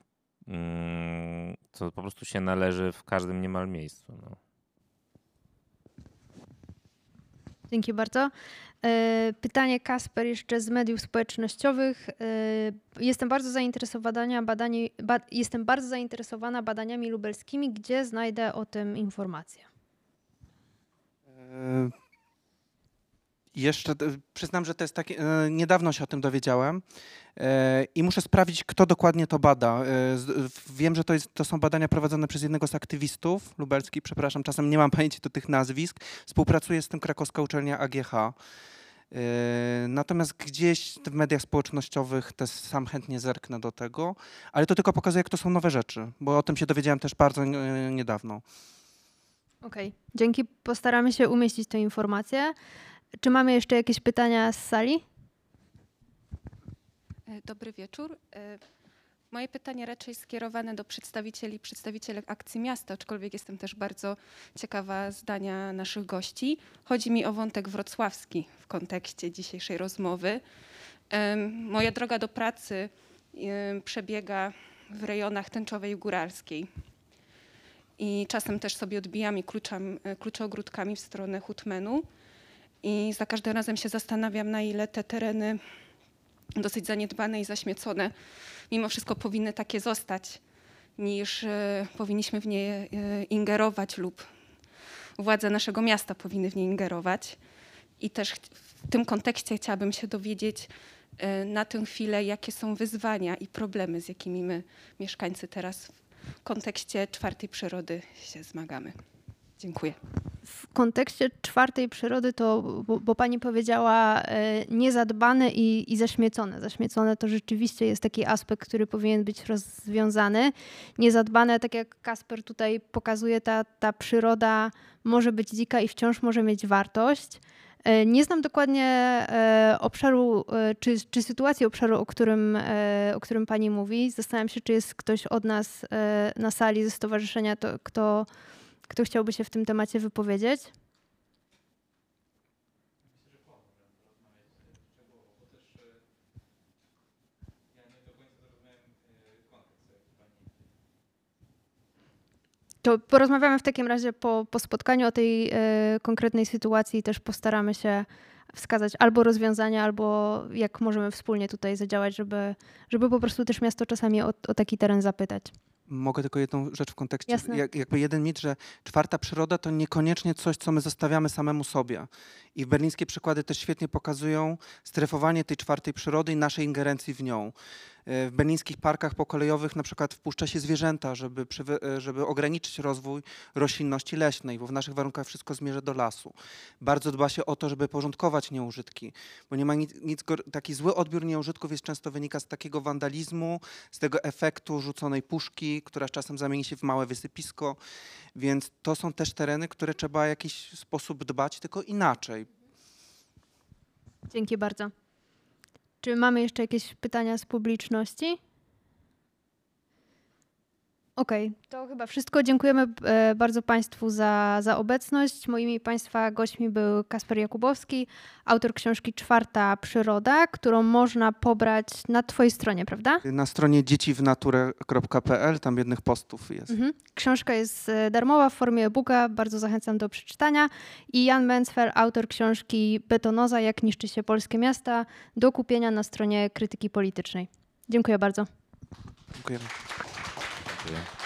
po prostu się należy w każdym niemal miejscu. No. Dzięki bardzo. Pytanie Kasper jeszcze z mediów społecznościowych. Jestem bardzo zainteresowana badaniami lubelskimi. Gdzie znajdę o tym informacje? Jeszcze przyznam, że to jest takie, niedawno się o tym dowiedziałem i muszę sprawdzić, kto dokładnie to bada. Wiem, że to są badania prowadzone przez jednego z aktywistów lubelskich, przepraszam, czasem nie mam pamięci do tych nazwisk. Współpracuje z tym krakowska uczelnia AGH. Natomiast gdzieś w mediach społecznościowych też sam chętnie zerknę do tego, ale to tylko pokazuje, jak to są nowe rzeczy, bo o tym się dowiedziałem też bardzo niedawno. Okej, dzięki. Postaramy się umieścić tę informację. Czy mamy jeszcze jakieś pytania z sali? Dobry wieczór. Moje pytanie raczej skierowane do przedstawicielek Akcji Miasta, aczkolwiek jestem też bardzo ciekawa zdania naszych gości. Chodzi mi o wątek wrocławski w kontekście dzisiejszej rozmowy. Moja droga do pracy przebiega w rejonach Tęczowej i Góralskiej. I czasem też sobie odbijam i kluczę ogródkami w stronę Hutmenu. I za każdym razem się zastanawiam, na ile te tereny dosyć zaniedbane i zaśmiecone mimo wszystko powinny takie zostać, niż powinniśmy w nie ingerować lub władze naszego miasta powinny w nie ingerować. I też w tym kontekście chciałabym się dowiedzieć na tę chwilę, jakie są wyzwania i problemy, z jakimi my, mieszkańcy, teraz w kontekście czwartej przyrody się zmagamy. Dziękuję. W kontekście czwartej przyrody to, bo pani powiedziała niezadbane i zaśmiecone. Zaśmiecone to rzeczywiście jest taki aspekt, który powinien być rozwiązany. Niezadbane, tak jak Kasper tutaj pokazuje, ta przyroda może być dzika i wciąż może mieć wartość. Nie znam dokładnie obszaru, czy sytuacji obszaru, o którym pani mówi. Zastanawiam się, czy jest ktoś od nas na sali ze stowarzyszenia, kto chciałby się w tym temacie wypowiedzieć? To porozmawiamy w takim razie po spotkaniu o tej konkretnej sytuacji i też postaramy się wskazać albo rozwiązania, albo jak możemy wspólnie tutaj zadziałać, żeby po prostu też miasto czasami o taki teren zapytać. Mogę tylko jedną rzecz w kontekście, Jasne. jakby jeden mit, że czwarta przyroda to niekoniecznie coś, co my zostawiamy samemu sobie. I berlińskie przykłady też świetnie pokazują strefowanie tej czwartej przyrody i naszej ingerencji w nią. W berlińskich parkach pokolejowych na przykład wpuszcza się zwierzęta, żeby ograniczyć rozwój roślinności leśnej, bo w naszych warunkach wszystko zmierza do lasu. Bardzo dba się o to, żeby porządkować nieużytki, bo nie ma taki zły odbiór nieużytków często wynika z takiego wandalizmu, z tego efektu rzuconej puszki, która czasem zamieni się w małe wysypisko, więc to są też tereny, które trzeba w jakiś sposób dbać, tylko inaczej. Dzięki bardzo. Czy mamy jeszcze jakieś pytania z publiczności? Okej, to chyba wszystko. Dziękujemy bardzo Państwu za obecność. Moimi Państwa gośćmi był Kasper Jakubowski, autor książki Czwarta Przyroda, którą można pobrać na Twojej stronie, prawda? Na stronie dzieciwnaturę.pl, tam jednych postów jest. Książka jest darmowa w formie e-booka, bardzo zachęcam do przeczytania. I Jan Mencfer, autor książki Betonoza, jak niszczy się polskie miasta, do kupienia na stronie Krytyki Politycznej. Dziękuję bardzo. Dziękujemy. Dziękuję.